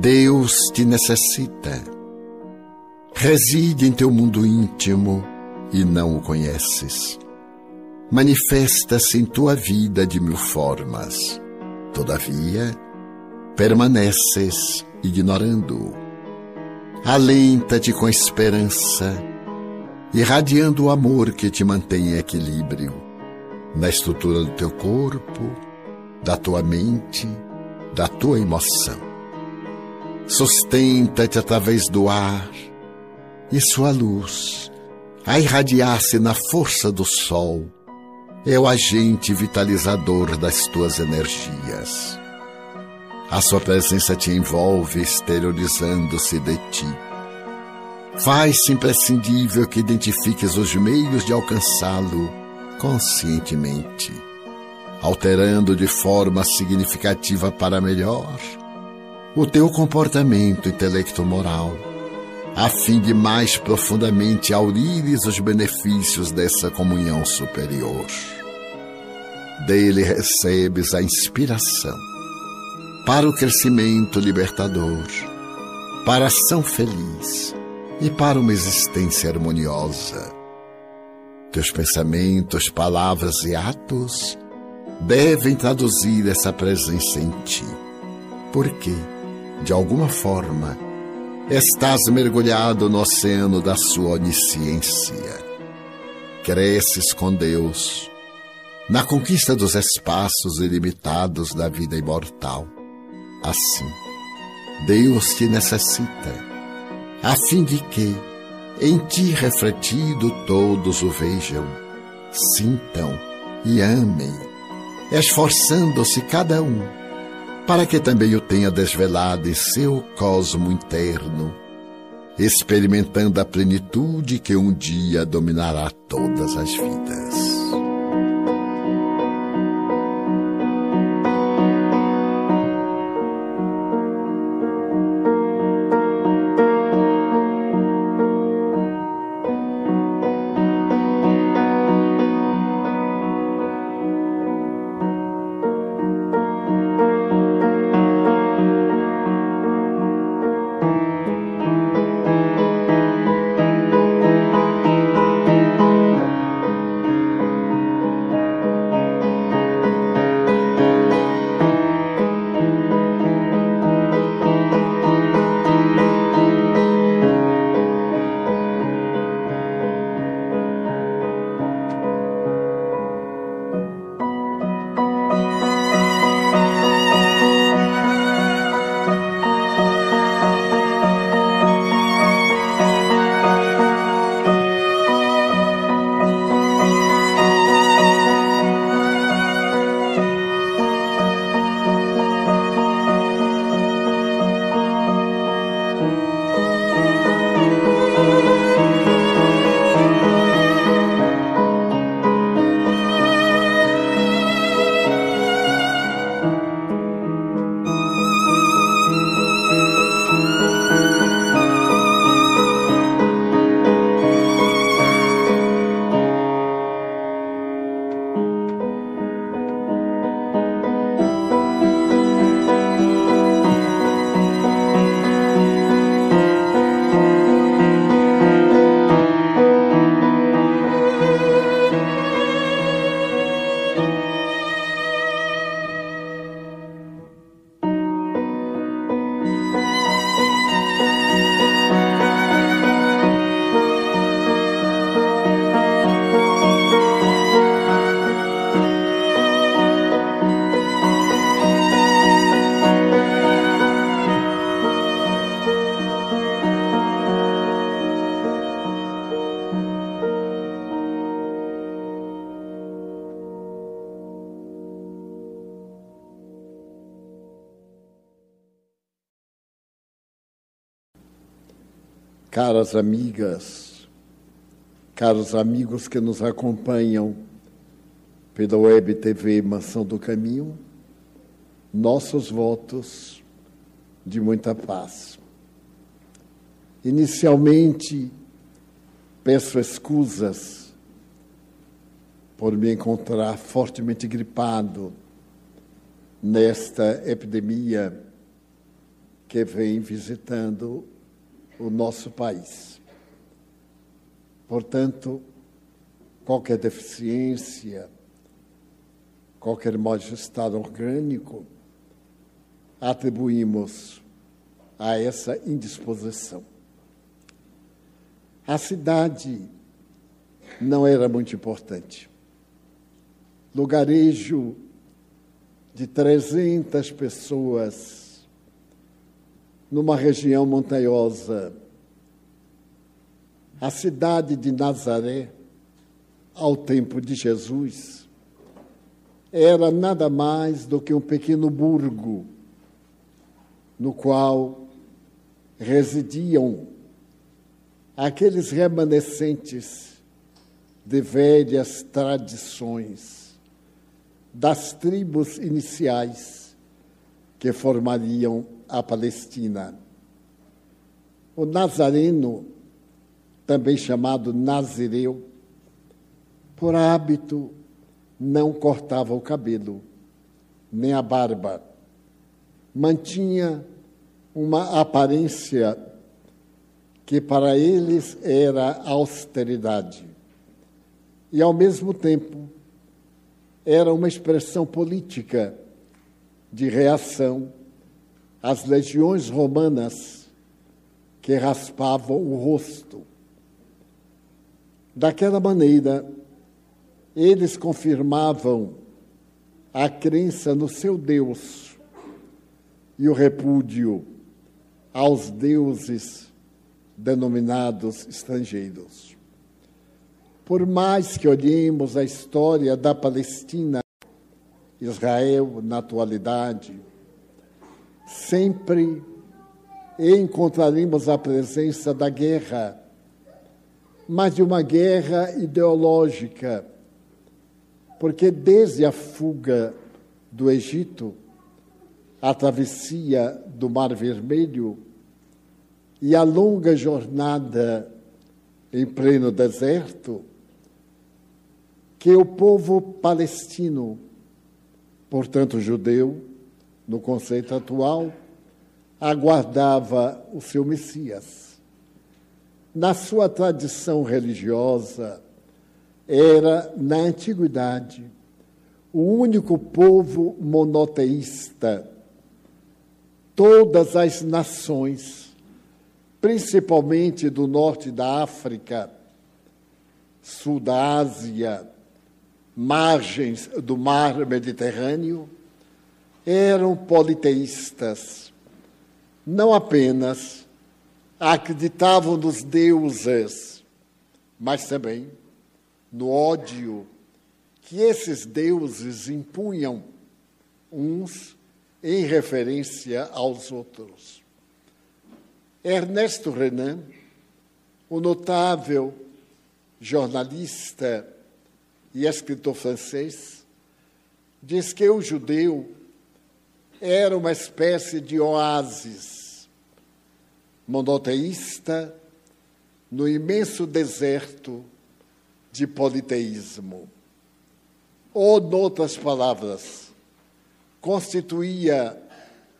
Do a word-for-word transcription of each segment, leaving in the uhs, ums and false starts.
Deus te necessita. Reside em teu mundo íntimo e não o conheces. Manifesta-se em tua vida de mil formas. Todavia, permaneces ignorando-o. Alenta-te com esperança, irradiando o amor que te mantém em equilíbrio, na estrutura do teu corpo, da tua mente, da tua emoção. Sustenta-te através do ar e sua luz, a irradiar-se na força do sol, é o agente vitalizador das tuas energias. A sua presença te envolve, exteriorizando-se de ti. Faz-se imprescindível que identifiques os meios de alcançá-lo conscientemente, alterando de forma significativa para melhor o teu comportamento intelecto-moral, a fim de mais profundamente aurires os benefícios dessa comunhão superior. Dele recebes a inspiração para o crescimento libertador, para a ação feliz e para uma existência harmoniosa. Teus pensamentos, palavras e atos devem traduzir essa presença em ti, porque, de alguma forma, estás mergulhado no oceano da sua onisciência. Cresces com Deus na conquista dos espaços ilimitados da vida imortal. Assim, Deus te necessita, a fim de que, em ti refletido, todos o vejam, sintam e amem, esforçando-se cada um, para que também o tenha desvelado em seu cosmo interno, experimentando a plenitude que um dia dominará todas as vidas. Caras amigas, caros amigos que nos acompanham pela Web T V Mansão do Caminho, nossos votos de muita paz. Inicialmente, peço escusas por me encontrar fortemente gripado nesta epidemia que vem visitando o nosso país. Portanto, qualquer deficiência, qualquer mal-estar orgânico, atribuímos a essa indisposição. A cidade não era muito importante. Lugarejo de trezentas pessoas numa região montanhosa. A cidade de Nazaré, ao tempo de Jesus, era nada mais do que um pequeno burgo no qual residiam aqueles remanescentes de velhas tradições das tribos iniciais que formariam a Palestina. O nazareno, também chamado nazireu, por hábito não cortava o cabelo, nem a barba. Mantinha uma aparência que para eles era austeridade. E, ao mesmo tempo, era uma expressão política de reação às legiões romanas que raspavam o rosto. Daquela maneira, eles confirmavam a crença no seu Deus e o repúdio aos deuses denominados estrangeiros. Por mais que olhemos a história da Palestina, Israel, na atualidade, sempre encontraremos a presença da guerra, mas de uma guerra ideológica, porque desde a fuga do Egito, a travessia do Mar Vermelho e a longa jornada em pleno deserto, que o povo palestino, portanto judeu, no conceito atual, aguardava o seu Messias. Na sua tradição religiosa, era, na antiguidade, o único povo monoteísta. Todas as nações, principalmente do norte da África, sul da Ásia, margens do mar Mediterrâneo, eram politeístas. Não apenas acreditavam nos deuses, mas também no ódio que esses deuses impunham uns em referência aos outros. Ernesto Renan, o notável jornalista e escritor francês, diz que o judeu era uma espécie de oásis monoteísta no imenso deserto de politeísmo. Ou, noutras palavras, constituía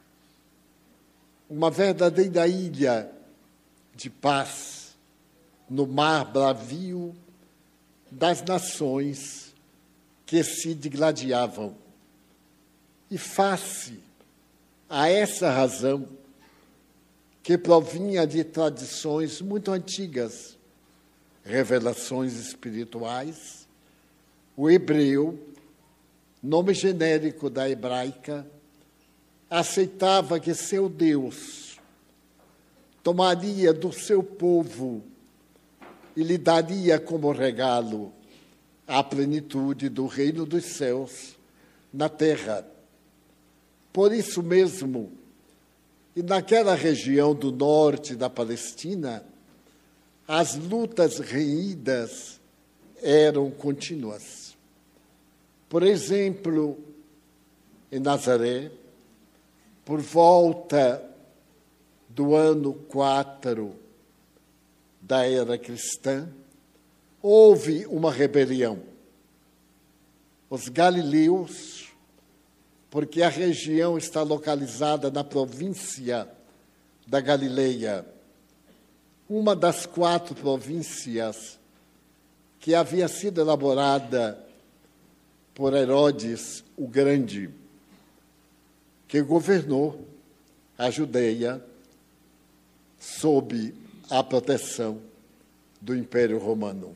uma verdadeira ilha de paz no mar bravio das nações que se digladiavam. E face a essa razão, que provinha de tradições muito antigas, revelações espirituais, o hebreu, nome genérico da hebraica, aceitava que seu Deus tomaria do seu povo e lhe daria como regalo a plenitude do reino dos céus na terra. Por isso mesmo, e naquela região do norte da Palestina, as lutas renhidas eram contínuas. Por exemplo, em Nazaré, por volta do ano quatro da era cristã, houve uma rebelião. Os galileus, porque a região está localizada na província da Galileia, uma das quatro províncias que havia sido elaborada por Herodes o Grande, que governou a Judeia sob a proteção do Império Romano.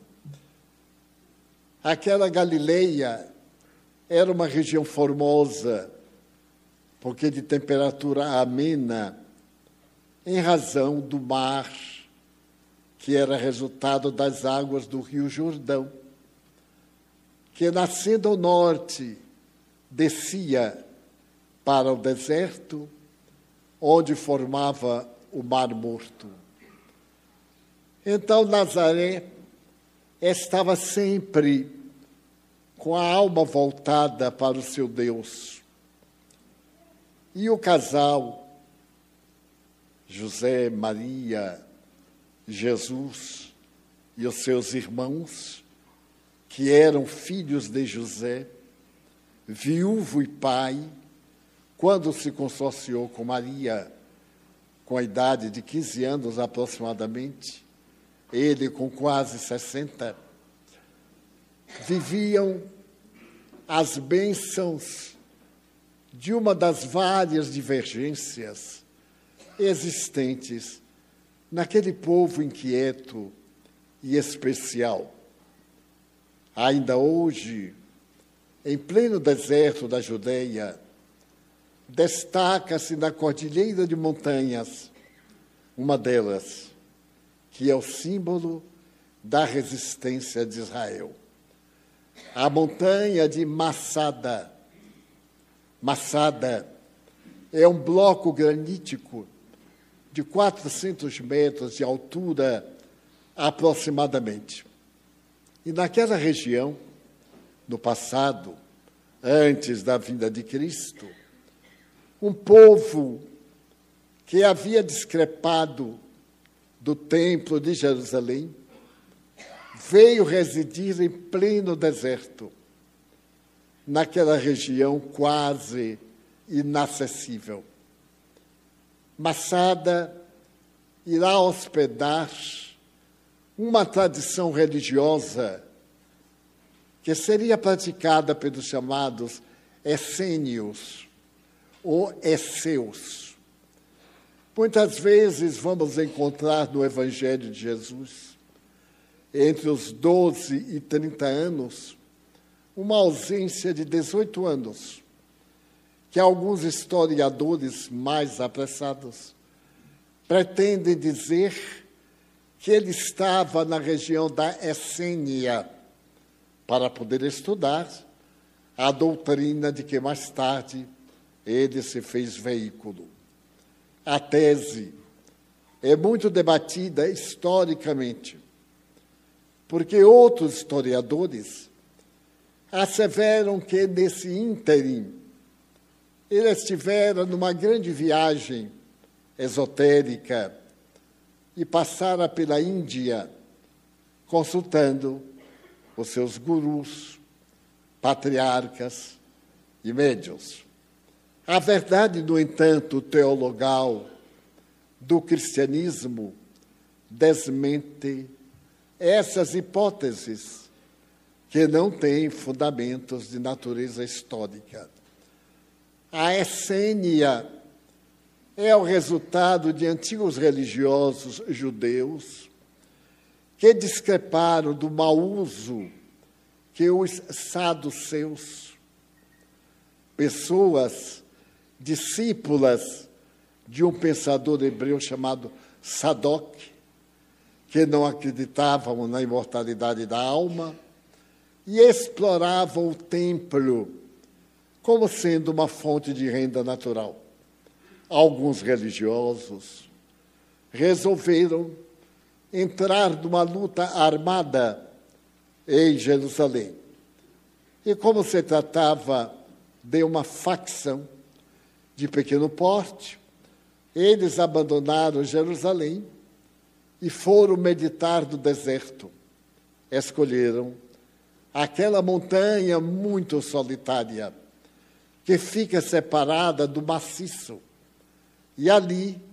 Aquela Galileia era uma região formosa, porque de temperatura amena, em razão do mar, que era resultado das águas do Rio Jordão, que, nascendo ao norte, descia para o deserto, onde formava o Mar Morto. Então, Nazaré estava sempre com a alma voltada para o seu Deus. E o casal, José, Maria, Jesus e os seus irmãos, que eram filhos de José, viúvo e pai, quando se consorciou com Maria, com a idade de quinze anos aproximadamente, ele com quase sessenta, viviam as bênçãos de uma das várias divergências existentes naquele povo inquieto e especial. Ainda hoje, em pleno deserto da Judeia, destaca-se na cordilheira de montanhas, uma delas, que é o símbolo da resistência de Israel. A montanha de Massada. Massada é um bloco granítico de quatrocentos metros de altura aproximadamente. E naquela região, no passado, antes da vinda de Cristo, um povo que havia discrepado do templo de Jerusalém veio residir em pleno deserto, naquela região quase inacessível. Massada irá hospedar uma tradição religiosa que seria praticada pelos chamados essênios ou esseus. Muitas vezes vamos encontrar no Evangelho de Jesus, entre os doze e trinta anos, uma ausência de dezoito anos, que alguns historiadores mais apressados pretendem dizer que ele estava na região da Essênia para poder estudar a doutrina de que mais tarde ele se fez veículo. A tese é muito debatida historicamente, porque outros historiadores asseveram que, nesse ínterim, ele estivera numa grande viagem esotérica e passara pela Índia, consultando os seus gurus, patriarcas e médiuns. A verdade, no entanto, teologal do cristianismo desmente essas hipóteses que não têm fundamentos de natureza histórica. A Essênia é o resultado de antigos religiosos judeus que discreparam do mau uso que os saduceus, pessoas discípulas de um pensador hebreu chamado Sadoc, que não acreditavam na imortalidade da alma e exploravam o templo como sendo uma fonte de renda natural. Alguns religiosos resolveram entrar numa luta armada em Jerusalém. E como se tratava de uma facção de pequeno porte, eles abandonaram Jerusalém e foram meditar no deserto. Escolheram aquela montanha muito solitária, que fica separada do maciço, e ali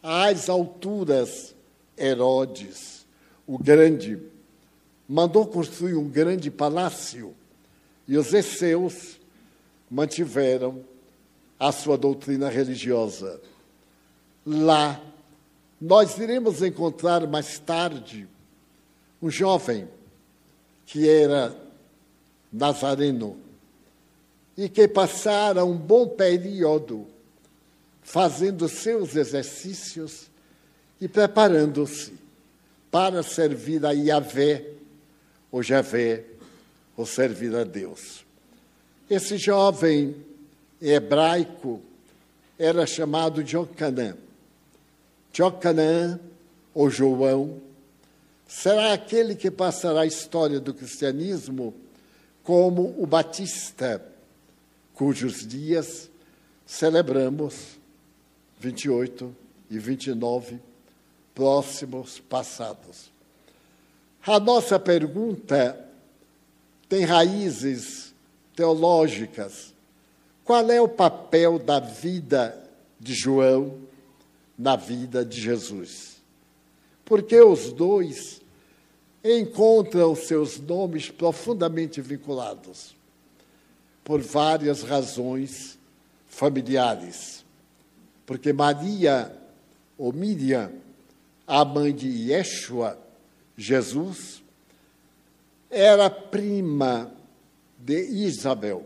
às alturas, Herodes, o Grande, mandou construir um grande palácio e os esseus mantiveram a sua doutrina religiosa. Lá, nós iremos encontrar mais tarde um jovem que era nazareno e que passara um bom período fazendo seus exercícios e preparando-se para servir a Yahvé, ou Javé, ou servir a Deus. Esse jovem em hebraico era chamado Jocanã. Jocanã, ou João, será aquele que passará a história do cristianismo como o Batista, cujos dias celebramos vinte e oito e vinte e nove, próximos passados. A nossa pergunta tem raízes teológicas. Qual é o papel da vida de João na vida de Jesus? Porque os dois encontram seus nomes profundamente vinculados por várias razões familiares. Porque Maria, ou Miriam, a mãe de Yeshua, Jesus, era prima de Isabel,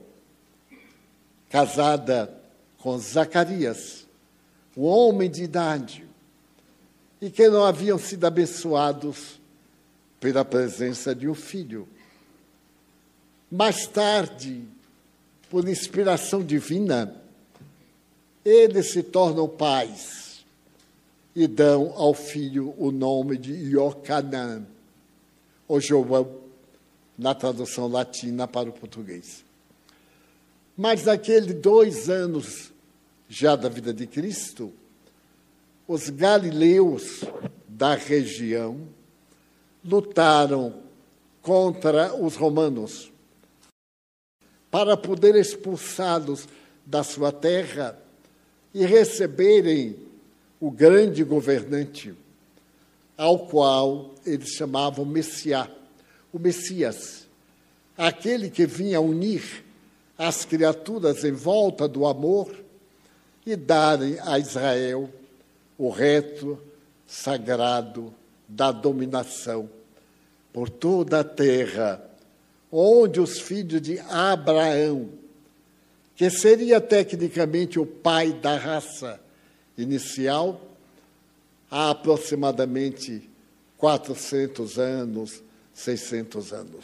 casada com Zacarias, um homem de idade, e que não haviam sido abençoados pela presença de um filho. Mais tarde, por inspiração divina, eles se tornam pais e dão ao filho o nome de Iocanã, ou João, na tradução latina para o português. Mas naqueles dois anos já da vida de Cristo, os galileus da região lutaram contra os romanos para poder expulsá-los da sua terra e receberem o grande governante, ao qual eles chamavam Messiá, o Messias, aquele que vinha unir as criaturas em volta do amor e darem a Israel o reto sagrado da dominação por toda a terra, onde os filhos de Abraão, que seria tecnicamente o pai da raça inicial, há aproximadamente quatrocentos anos, seiscentos anos.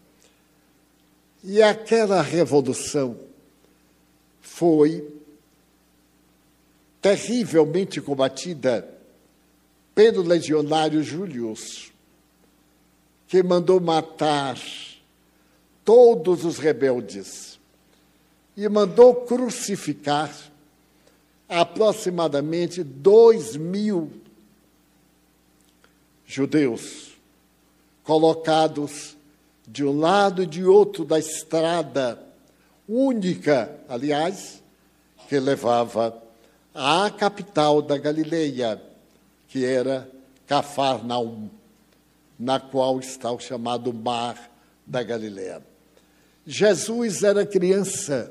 E aquela revolução foi terrivelmente combatida pelo legionário Július, que mandou matar todos os rebeldes e mandou crucificar aproximadamente dois mil judeus, colocados de um lado e de outro da estrada única, aliás, que levava à capital da Galileia, que era Cafarnaum, na qual está o chamado Mar da Galileia. Jesus era criança.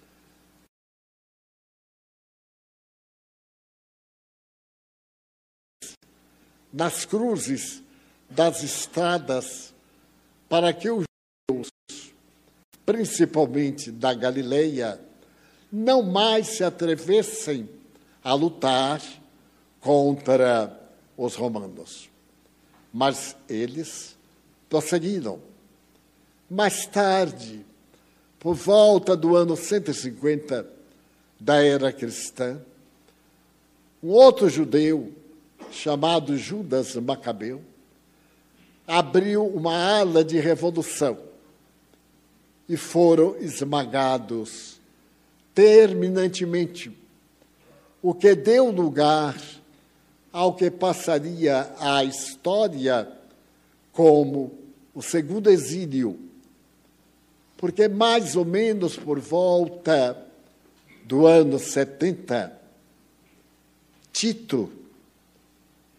Nas cruzes das estradas, para que os judeus, principalmente da Galileia, não mais se atrevessem a lutar contra os romanos. Mas eles prosseguiram. Mais tarde, por volta do ano cento e cinquenta da era cristã, um outro judeu, chamado Judas Macabeu, abriu uma ala de revolução e foram esmagados terminantemente, o que deu lugar ao que passaria à história como o segundo exílio, porque mais ou menos por volta do ano setenta, Tito,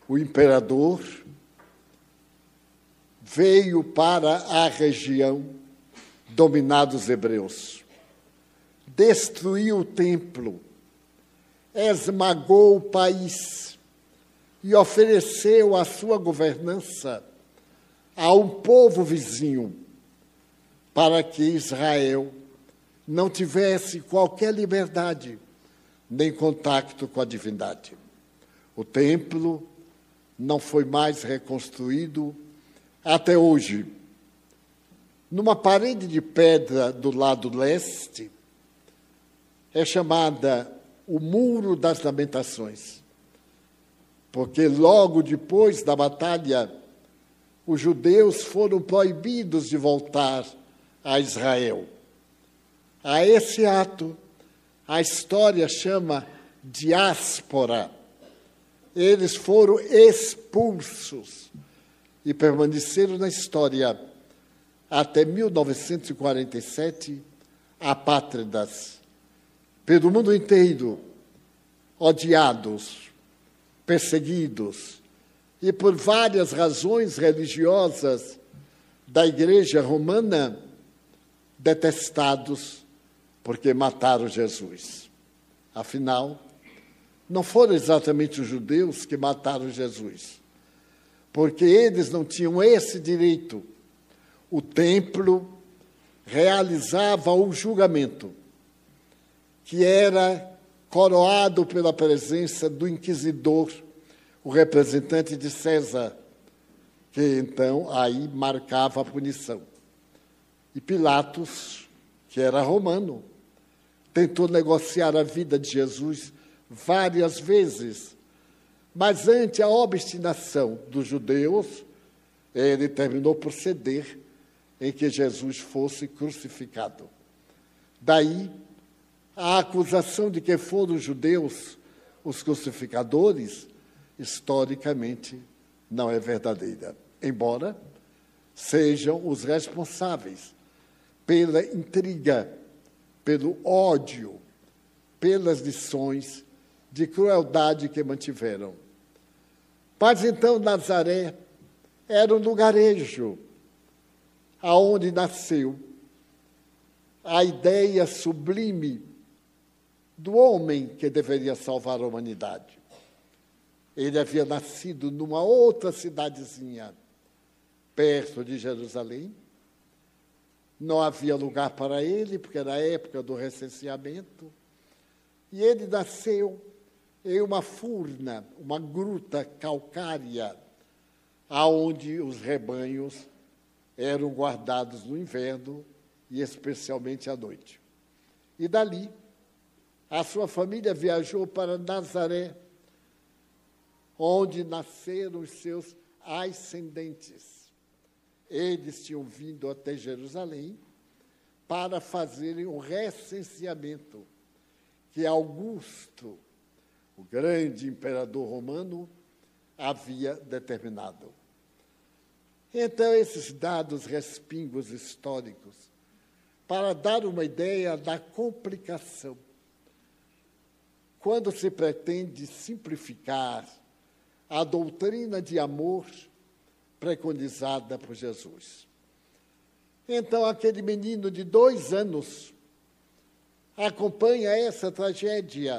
o imperador veio para a região dominada dos hebreus, destruiu o templo, esmagou o país e ofereceu a sua governança a um povo vizinho, para que Israel não tivesse qualquer liberdade nem contato com a divindade. O templo não foi mais reconstruído até hoje. Numa parede de pedra do lado leste, é chamada o Muro das Lamentações, porque logo depois da batalha, os judeus foram proibidos de voltar a Israel. A esse ato, a história chama diáspora. Eles foram expulsos e permaneceram na história até mil novecentos e quarenta e sete, apátridas, pelo mundo inteiro, odiados, perseguidos, e por várias razões religiosas da Igreja Romana, detestados porque mataram Jesus. Afinal, não foram exatamente os judeus que mataram Jesus, porque eles não tinham esse direito. O templo realizava o julgamento, que era coroado pela presença do inquisidor, o representante de César, que então aí marcava a punição. E Pilatos, que era romano, tentou negociar a vida de Jesus várias vezes, mas ante a obstinação dos judeus, ele terminou por ceder em que Jesus fosse crucificado. Daí, a acusação de que foram os judeus os crucificadores, historicamente, não é verdadeira, embora sejam os responsáveis pela intriga, pelo ódio, pelas lições de crueldade que mantiveram. Mas então Nazaré era um lugarejo aonde nasceu a ideia sublime do homem que deveria salvar a humanidade. Ele havia nascido numa outra cidadezinha, perto de Jerusalém. Não havia lugar para ele, porque era a época do recenseamento. E ele nasceu em uma furna, uma gruta calcária, aonde os rebanhos eram guardados no inverno e especialmente à noite. E dali, a sua família viajou para Nazaré, onde nasceram os seus ascendentes. Eles tinham vindo até Jerusalém para fazerem o recenseamento que Augusto, o grande imperador romano, havia determinado. Então, esses dados respingos históricos, para dar uma ideia da complicação, quando se pretende simplificar a doutrina de amor preconizada por Jesus. Então, aquele menino de dois anos acompanha essa tragédia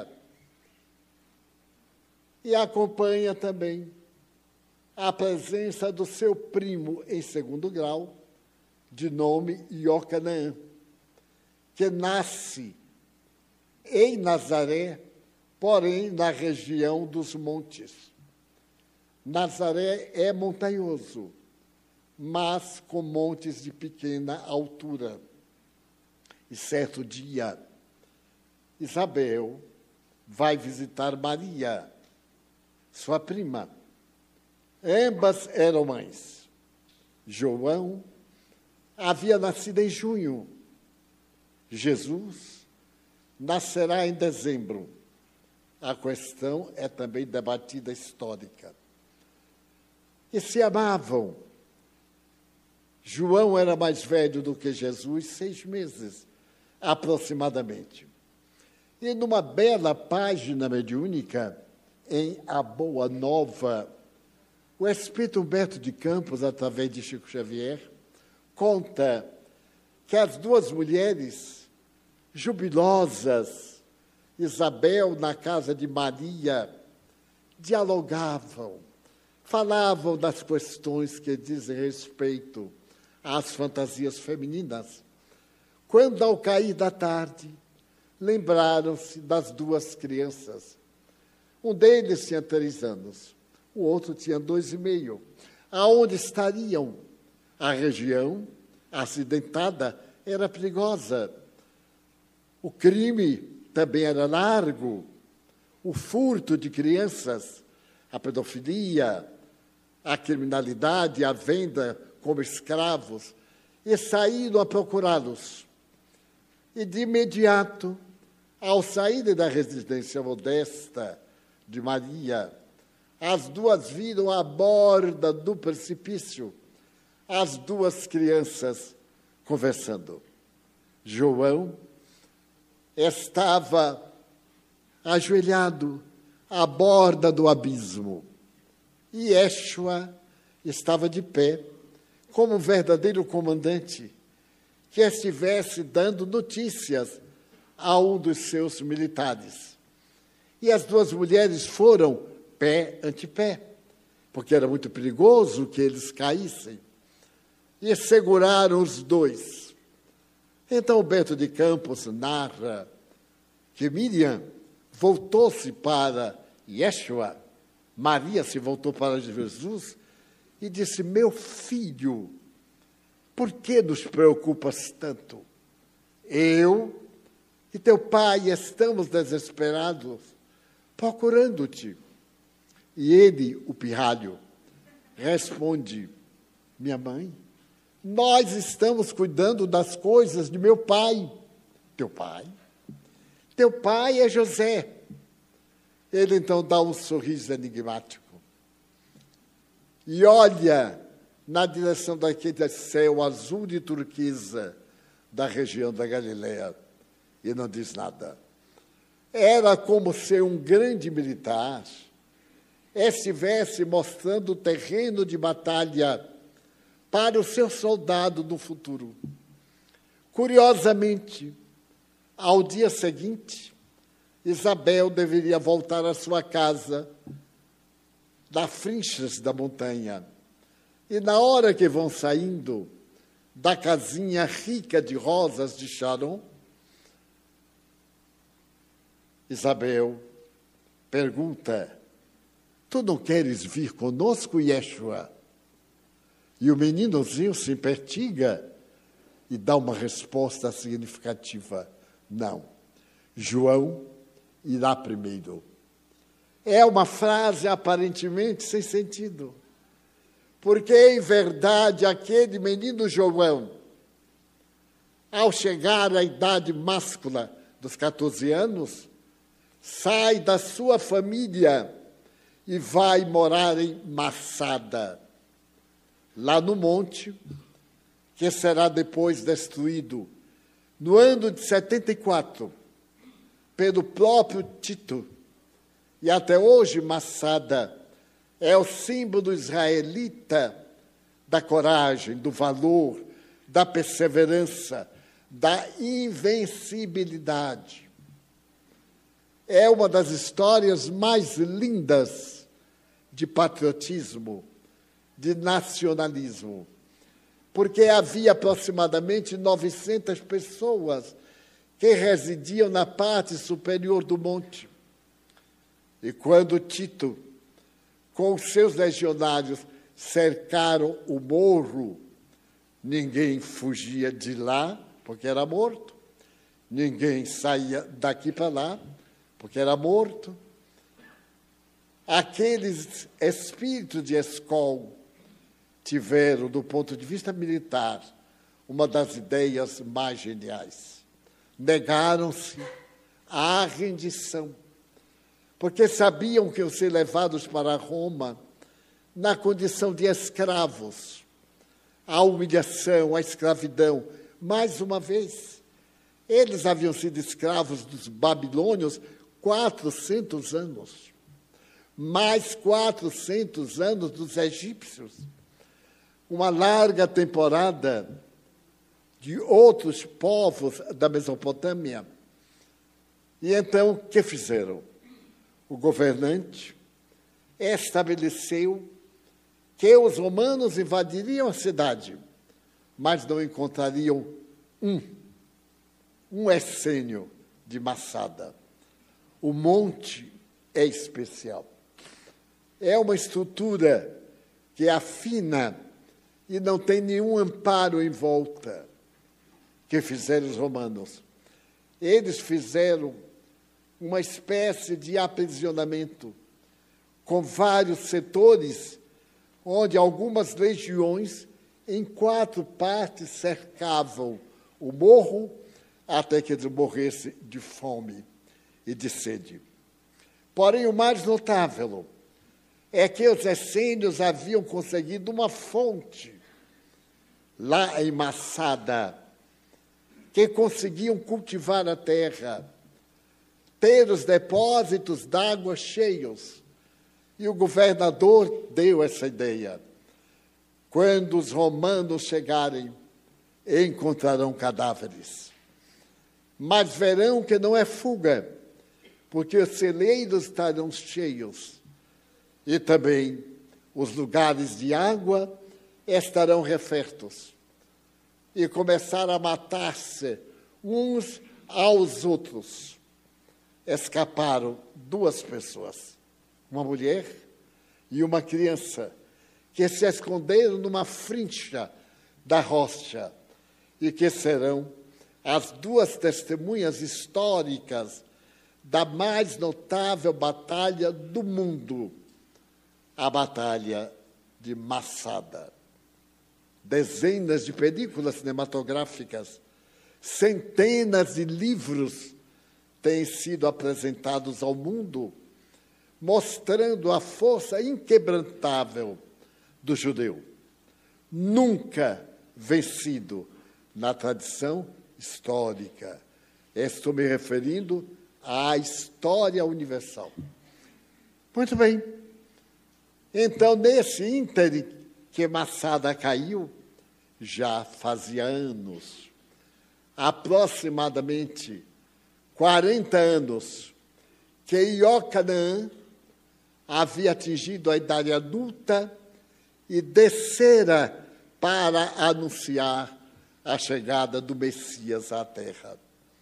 e acompanha também a presença do seu primo em segundo grau, de nome Iocanã, que nasce em Nazaré, porém na região dos montes. Nazaré é montanhoso, mas com montes de pequena altura. E certo dia, Isabel vai visitar Maria, sua prima. Ambas eram mães. João havia nascido em junho. Jesus nascerá em dezembro. A questão é também debatida histórica. E se amavam. João era mais velho do que Jesus, seis meses, aproximadamente. E numa bela página mediúnica, em A Boa Nova O espírito Humberto de Campos, através de Chico Xavier, conta que as duas mulheres jubilosas, Isabel na casa de Maria, dialogavam, falavam das questões que dizem respeito às fantasias femininas. Quando, ao cair da tarde, lembraram-se das duas crianças. Um deles tinha três anos, o outro tinha dois e meio. Aonde estariam? A região acidentada era perigosa. O crime também era largo. O furto de crianças, a pedofilia, a criminalidade, a venda como escravos, e saíram a procurá-los. E, de imediato, ao saírem da residência modesta de Maria, as duas viram à borda do precipício as duas crianças conversando. João estava ajoelhado à borda do abismo e Yeshua estava de pé, como um verdadeiro comandante que estivesse dando notícias a um dos seus militares. E as duas mulheres foram pé ante pé, porque era muito perigoso que eles caíssem, e seguraram os dois. Então, Humberto de Campos narra que Miriam voltou-se para Yeshua, Maria se voltou para Jesus e disse: meu filho, por que nos preocupas tanto? Eu e teu pai estamos desesperados, procurando-te. E ele, o pirralho, responde: minha mãe, nós estamos cuidando das coisas de meu pai. Teu pai? Teu pai é José. Ele então dá um sorriso enigmático e olha na direção daquele céu azul de turquesa da região da Galileia e não diz nada. Era como se um grande militar estivesse mostrando o terreno de batalha para o seu soldado no futuro. Curiosamente, ao dia seguinte, Isabel deveria voltar à sua casa, das frinchas da montanha. E na hora que vão saindo da casinha rica de rosas de Sharon, Isabel pergunta: tu não queres vir conosco, Yeshua? E o meninozinho se impertiga e dá uma resposta significativa: não, João irá primeiro. É uma frase aparentemente sem sentido, porque, em verdade, aquele menino João, ao chegar à idade máscula dos catorze anos, sai da sua família e vai morar em Massada, lá no monte, que será depois destruído no ano de setenta e quatro, pelo próprio Tito. E até hoje Massada é o símbolo israelita da coragem, do valor, da perseverança, da invencibilidade. É uma das histórias mais lindas de patriotismo, de nacionalismo, porque havia aproximadamente novecentas pessoas que residiam na parte superior do monte. E quando Tito, com os seus legionários, cercaram o morro, ninguém fugia de lá, porque era morto, ninguém saía daqui para lá, porque era morto. Aqueles espíritos de Eskol tiveram, do ponto de vista militar, uma das ideias mais geniais. Negaram-se à rendição, porque sabiam que iam ser levados para Roma na condição de escravos. A humilhação, a escravidão. Mais uma vez, eles haviam sido escravos dos babilônios quatrocentos anos. mais quatrocentos anos dos egípcios, uma larga temporada de outros povos da Mesopotâmia. E então, o que fizeram? O governante estabeleceu que os romanos invadiriam a cidade, mas não encontrariam um, um essênio de Massada. O monte é especial. É uma estrutura que é fina e não tem nenhum amparo em volta, que fizeram os romanos. Eles fizeram uma espécie de aprisionamento com vários setores, onde algumas legiões, em quatro partes, cercavam o morro até que ele morresse de fome e de sede. Porém, o mais notável é que os essênios haviam conseguido uma fonte lá em Massada, que conseguiam cultivar a terra, ter os depósitos d'água cheios. E o governador deu essa ideia. Quando os romanos chegarem, encontrarão cadáveres. Mas verão que não é fuga, porque os celeiros estarão cheios. E também os lugares de água estarão refertos. E começaram a matar-se uns aos outros. Escaparam duas pessoas, uma mulher e uma criança, que se esconderam numa frincha da rocha e que serão as duas testemunhas históricas da mais notável batalha do mundo, a Batalha de Massada. Dezenas de películas cinematográficas, centenas de livros têm sido apresentados ao mundo, mostrando a força inquebrantável do judeu, nunca vencido na tradição histórica. Estou me referindo à história universal. Muito bem. Então, nesse ínterim que Massada caiu, já fazia anos, aproximadamente quarenta anos, que Iocanã havia atingido a idade adulta e descera para anunciar a chegada do Messias à Terra.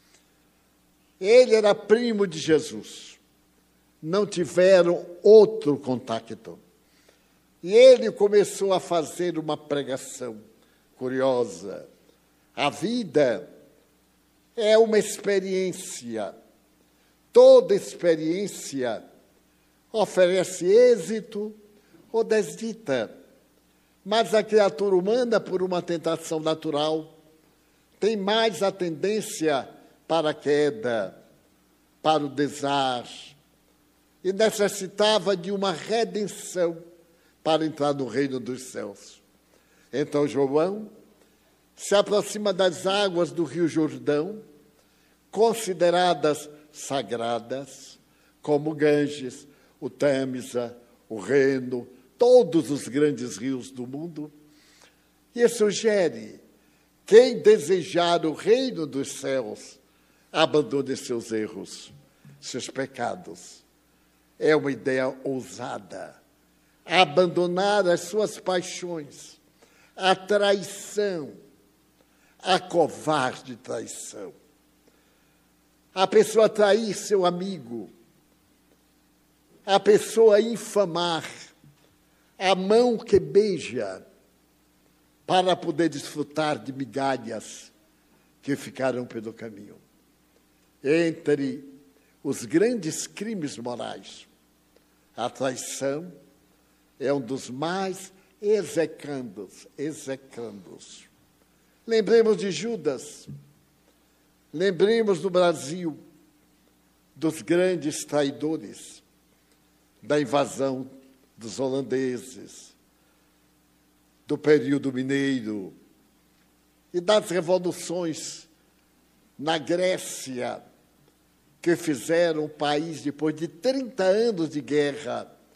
Ele era primo de Jesus. Não tiveram outro contato. E ele começou a fazer uma pregação curiosa. A vida é uma experiência. Toda experiência oferece êxito ou desdita. Mas a criatura humana, por uma tentação natural, tem mais a tendência para a queda, para o desastre, e necessitava de uma redenção para entrar no reino dos céus. Então João se aproxima das águas do Rio Jordão, consideradas sagradas, como o Ganges, o Tâmisa, o Reno, todos os grandes rios do mundo, e sugere: quem desejar o reino dos céus, abandone seus erros, seus pecados. É uma ideia ousada. Abandonar as suas paixões, a traição, a covarde traição. A pessoa trair seu amigo, a pessoa infamar, a mão que beija, para poder desfrutar de migalhas que ficarão pelo caminho. Entre os grandes crimes morais, a traição é um dos mais execrandos, execrandos. Lembremos de Judas, lembremos no Brasil dos grandes traidores, da invasão dos holandeses, do período mineiro e das revoluções na Grécia, que fizeram o país, depois de trinta anos de guerra,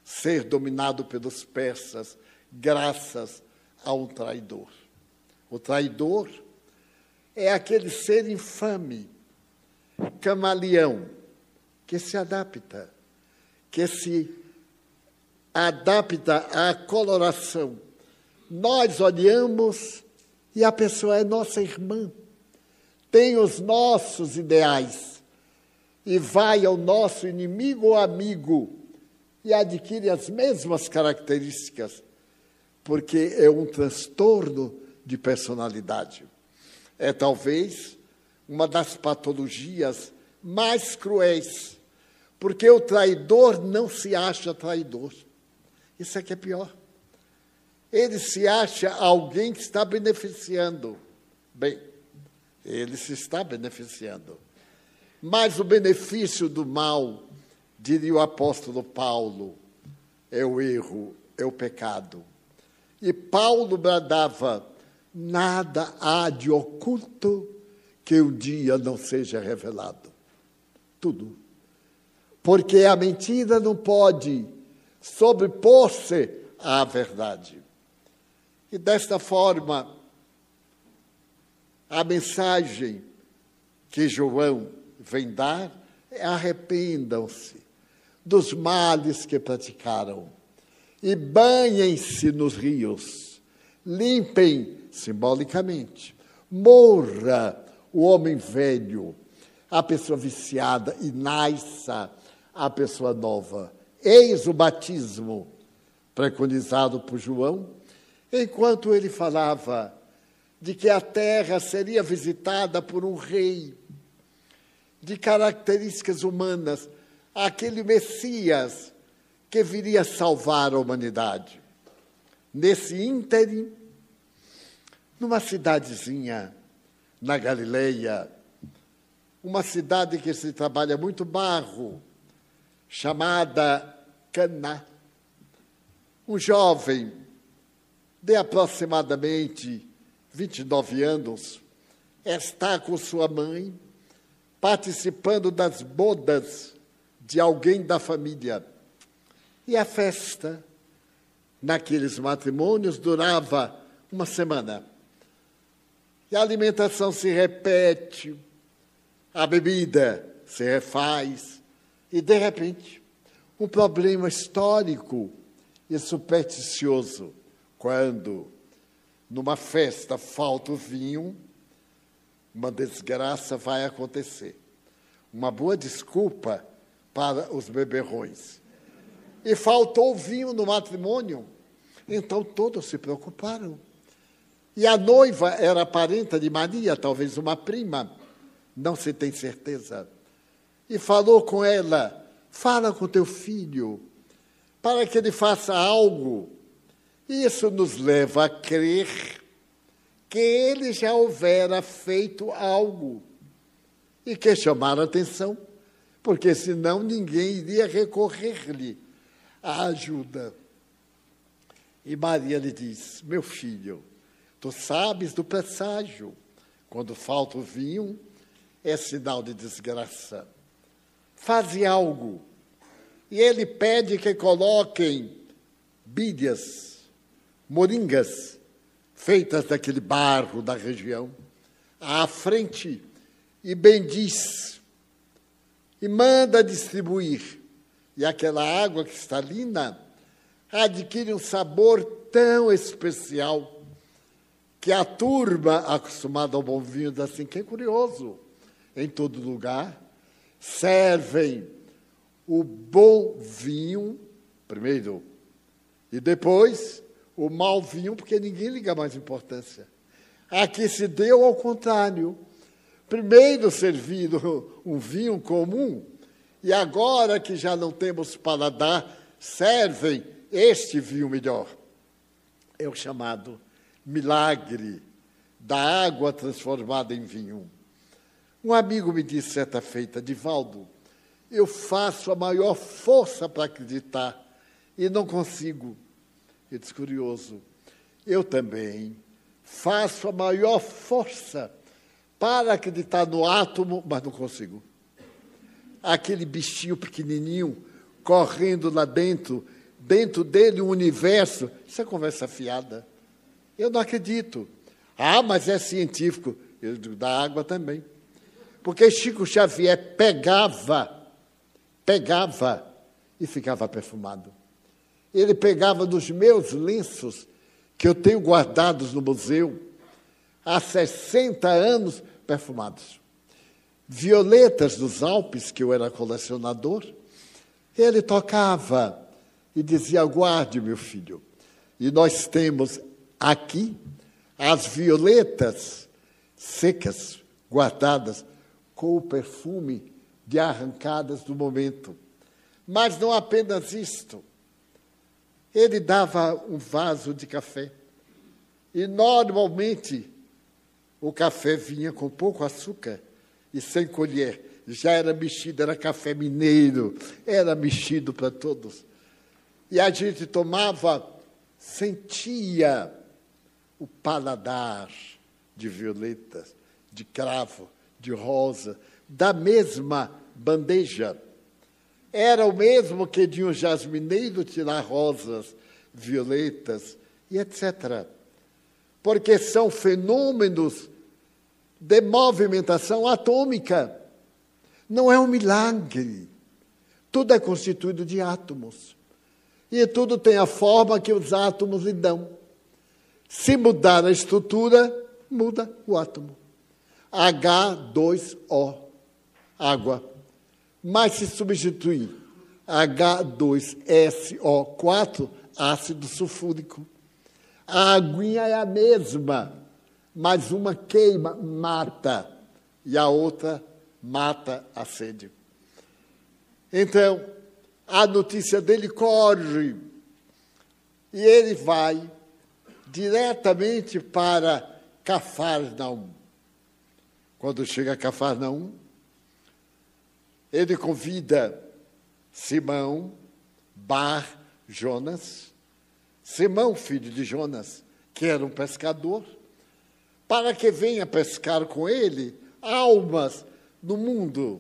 ser dominado pelos persas, graças a um traidor. O traidor é aquele ser infame, camaleão, que se adapta, que se adapta à coloração. Nós olhamos e a pessoa é nossa irmã, tem os nossos ideais, e vai ao nosso inimigo ou amigo e adquire as mesmas características, porque é um transtorno de personalidade. É talvez uma das patologias mais cruéis, porque o traidor não se acha traidor. Isso é que é pior. Ele se acha alguém que está beneficiando. Bem, ele se está beneficiando. Mas o benefício do mal, diria o apóstolo Paulo, é o erro, é o pecado. E Paulo bradava: nada há de oculto que um dia não seja revelado. Tudo. Porque a mentira não pode sobrepor-se à verdade. E desta forma, a mensagem que João vem dar é: arrependam-se dos males que praticaram e banhem-se nos rios, limpem simbolicamente, morra o homem velho, a pessoa viciada, e nasça a pessoa nova. Eis o batismo preconizado por João, enquanto ele falava de que a terra seria visitada por um rei de características humanas, aquele Messias que viria salvar a humanidade. Nesse ínterim, numa cidadezinha na Galileia, uma cidade que se trabalha muito barro, chamada Caná, um jovem de aproximadamente vinte e nove anos está com sua mãe participando das bodas de alguém da família. E a festa, naqueles matrimônios, durava uma semana. E a alimentação se repete, a bebida se refaz, e, de repente, um problema histórico e supersticioso, quando, numa festa, falta o vinho, uma desgraça vai acontecer. Uma boa desculpa para os beberrões. E faltou vinho no matrimônio, então todos se preocuparam. E a noiva era parenta de Maria, talvez uma prima, não se tem certeza. E falou com ela: fala com teu filho, para que ele faça algo. Isso nos leva a crer que ele já houvera feito algo e que chamaram a atenção, porque senão ninguém iria recorrer-lhe a ajuda. E Maria lhe diz: meu filho, tu sabes do presságio, quando falta o vinho, é sinal de desgraça. Faze algo. E ele pede que coloquem bídias, moringas, feitas daquele barro da região, à frente, e bendiz, e manda distribuir. E aquela água cristalina adquire um sabor tão especial que a turma, acostumada ao bom vinho, diz assim: que curioso, em todo lugar servem o bom vinho primeiro e depois o mau vinho, porque ninguém liga mais importância. Aqui se deu ao contrário. Primeiro servido um vinho comum, e agora que já não temos paladar, servem este vinho melhor. É o chamado milagre da água transformada em vinho. Um amigo me disse certa feita: Divaldo, eu faço a maior força para acreditar e não consigo. Eu disse: curioso, eu também faço a maior força para acreditar no átomo, mas não consigo. Aquele bichinho pequenininho correndo lá dentro dentro dele um universo. Isso é conversa fiada. Eu não acredito. Ah, mas é científico. Eu digo, da água também. Porque Chico Xavier pegava, pegava e ficava perfumado. Ele pegava dos meus lenços, que eu tenho guardados no museu, há sessenta anos, perfumados. Violetas dos Alpes, que eu era colecionador, ele tocava e dizia, guarde, meu filho. E nós temos aqui as violetas secas, guardadas, com o perfume de arrancadas do momento. Mas não apenas isto. Ele dava um vaso de café. E, normalmente, o café vinha com pouco açúcar e sem colher. Já era mexido, era café mineiro, era mexido para todos. E a gente tomava, sentia o paladar de violetas, de cravo, de rosa, da mesma bandeja. Era o mesmo que de um jasmineiro tirar rosas, violetas e etcétera. Porque são fenômenos de movimentação atômica. Não é um milagre. Tudo é constituído de átomos. E tudo tem a forma que os átomos lhe dão. Se mudar a estrutura, muda o átomo. H dois O, água. Mas se substituir H dois S O quatro, ácido sulfúrico. A aguinha é a mesma, mas uma queima, mata, e a outra mata a sede. Então, a notícia dele corre, e ele vai diretamente para Cafarnaum. Quando chega a Cafarnaum, ele convida Simão, Bar, Jonas, Simão, filho de Jonas, que era um pescador, para que venha pescar com ele almas no mundo.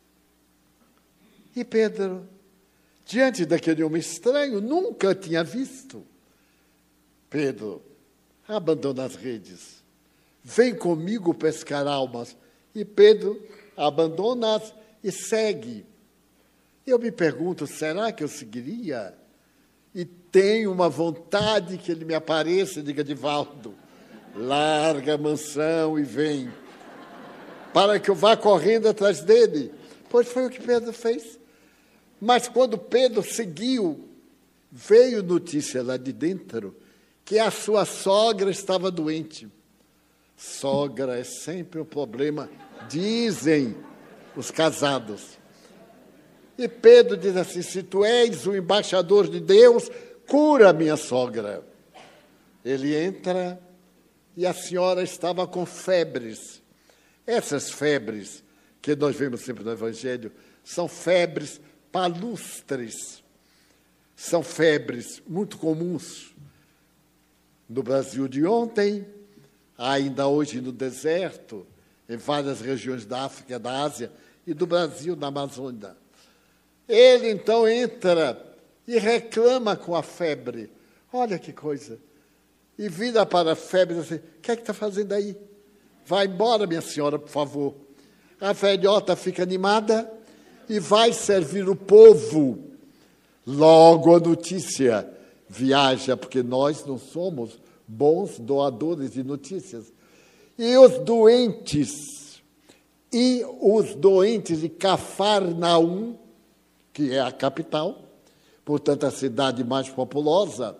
E Pedro, diante daquele homem estranho, nunca tinha visto. Pedro, abandona as redes, vem comigo pescar almas. E Pedro abandona-as e segue. Eu me pergunto, será que eu seguiria? E tenho uma vontade que ele me apareça e diga, Divaldo, larga a mansão e vem, para que eu vá correndo atrás dele. Pois foi o que Pedro fez. Mas quando Pedro seguiu, veio notícia lá de dentro que a sua sogra estava doente. Sogra é sempre um problema, dizem os casados. E Pedro diz assim, se tu és o embaixador de Deus, cura a minha sogra. Ele entra e a senhora estava com febres. Essas febres que nós vemos sempre no Evangelho são febres palustres. São febres muito comuns no Brasil de ontem, ainda hoje no deserto, em várias regiões da África, da Ásia e do Brasil, na Amazônia. Ele, então, entra e reclama com a febre. Olha que coisa. E vira para a febre e diz assim, o que é que está fazendo aí? Vai embora, minha senhora, por favor. A velhota fica animada e vai servir o povo. Logo a notícia viaja, porque nós não somos bons doadores de notícias. E os doentes, e os doentes de Cafarnaum, que é a capital, portanto a cidade mais populosa,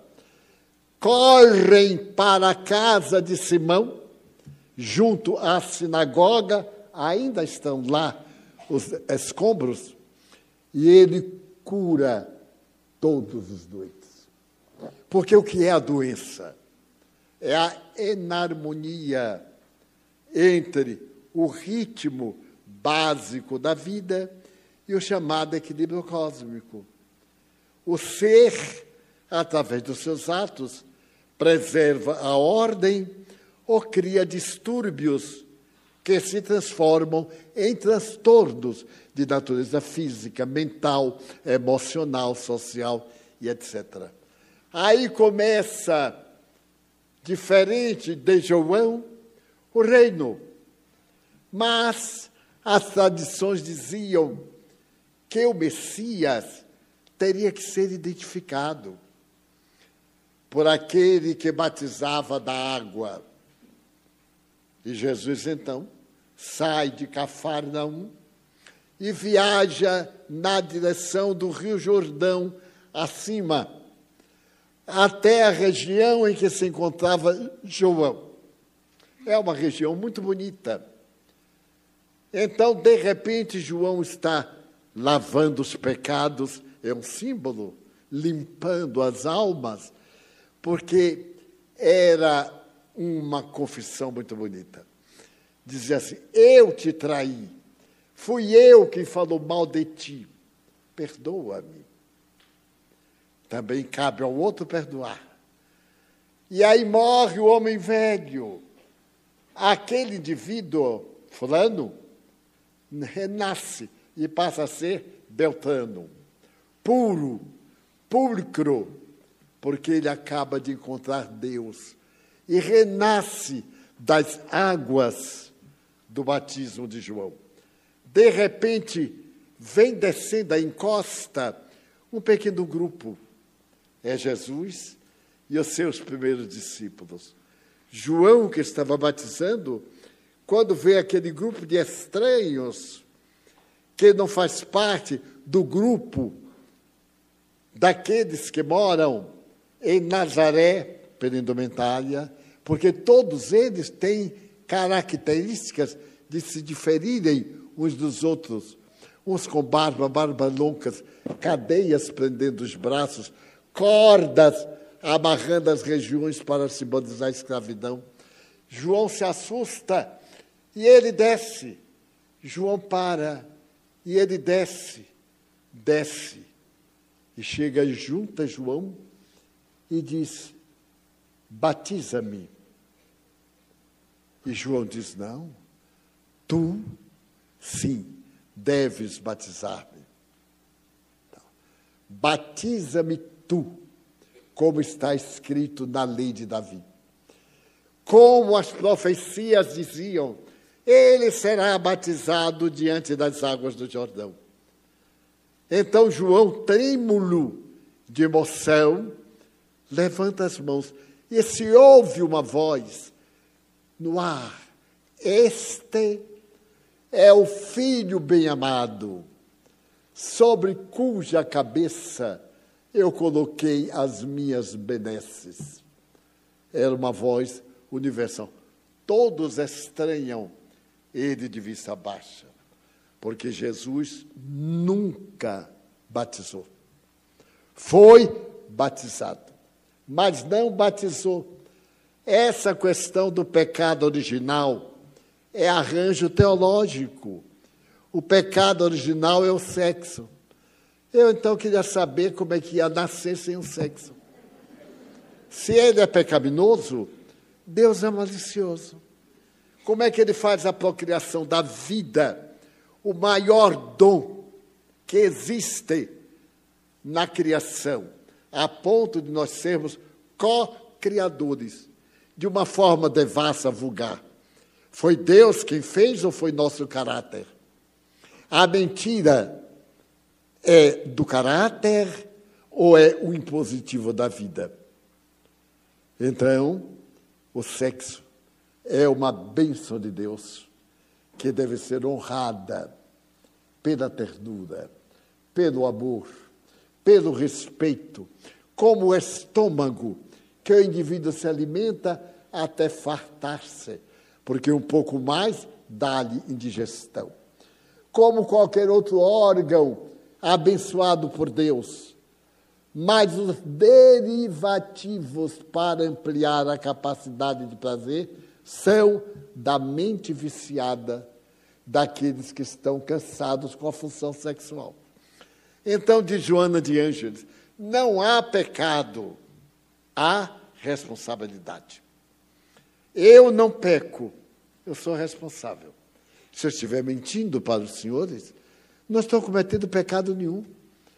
correm para a casa de Simão, junto à sinagoga, ainda estão lá os escombros, e ele cura todos os doentes. Porque o que é a doença? É a enarmonia entre o ritmo básico da vida e o chamado equilíbrio cósmico. O ser, através dos seus atos, preserva a ordem ou cria distúrbios que se transformam em transtornos de natureza física, mental, emocional, social e etcétera. Aí começa, diferente de João, o reino. Mas as tradições diziam que o Messias teria que ser identificado por aquele que batizava da água. E Jesus, então, sai de Cafarnaum e viaja na direção do Rio Jordão, acima, até a região em que se encontrava João. É uma região muito bonita. Então, de repente, João está lavando os pecados, é um símbolo, limpando as almas, porque era uma confissão muito bonita. Dizia assim: eu te traí, fui eu quem falou mal de ti, perdoa-me. Também cabe ao outro perdoar. E aí morre o homem velho. Aquele indivíduo, fulano, renasce e passa a ser Beltrano, puro, pulcro, porque ele acaba de encontrar Deus e renasce das águas do batismo de João. De repente, vem descendo a encosta um pequeno grupo. É Jesus e os seus primeiros discípulos. João, que estava batizando, quando vê aquele grupo de estranhos, que não faz parte do grupo daqueles que moram em Nazaré, pela indumentária, porque todos eles têm características de se diferirem uns dos outros, uns com barba, barba longas, cadeias prendendo os braços, cordas amarrando as regiões para simbolizar a escravidão. João se assusta e ele desce. João para e ele desce, desce. E chega junto a João e diz: batiza-me. E João diz: não, tu, sim, deves batizar-me. Então, batiza-me tu, como está escrito na lei de Davi. Como as profecias diziam, ele será batizado diante das águas do Jordão. Então João, trêmulo de emoção, levanta as mãos e se ouve uma voz no ar: este é o Filho bem-amado, sobre cuja cabeça eu coloquei as minhas benesses. Era uma voz universal. Todos estranham ele de vista baixa, porque Jesus nunca batizou. Foi batizado, mas não batizou. Essa questão do pecado original é arranjo teológico. O pecado original é o sexo. Eu, então, queria saber como é que ia nascer sem o sexo. Se ele é pecaminoso, Deus é malicioso. Como é que ele faz a procriação da vida, o maior dom que existe na criação, a ponto de nós sermos co-criadores, de uma forma devassa, vulgar? Foi Deus quem fez ou foi nosso caráter? A mentira é do caráter ou é o impositivo da vida? Então, o sexo é uma bênção de Deus que deve ser honrada pela ternura, pelo amor, pelo respeito, como o estômago, que o indivíduo se alimenta até fartar-se, porque um pouco mais dá-lhe indigestão. Como qualquer outro órgão abençoado por Deus, mas os derivativos para ampliar a capacidade de prazer são da mente viciada daqueles que estão cansados com a função sexual. Então, de Joana de Ângeles, não há pecado, há responsabilidade. Eu não peco, eu sou responsável. Se eu estiver mentindo para os senhores, não estou cometendo pecado nenhum.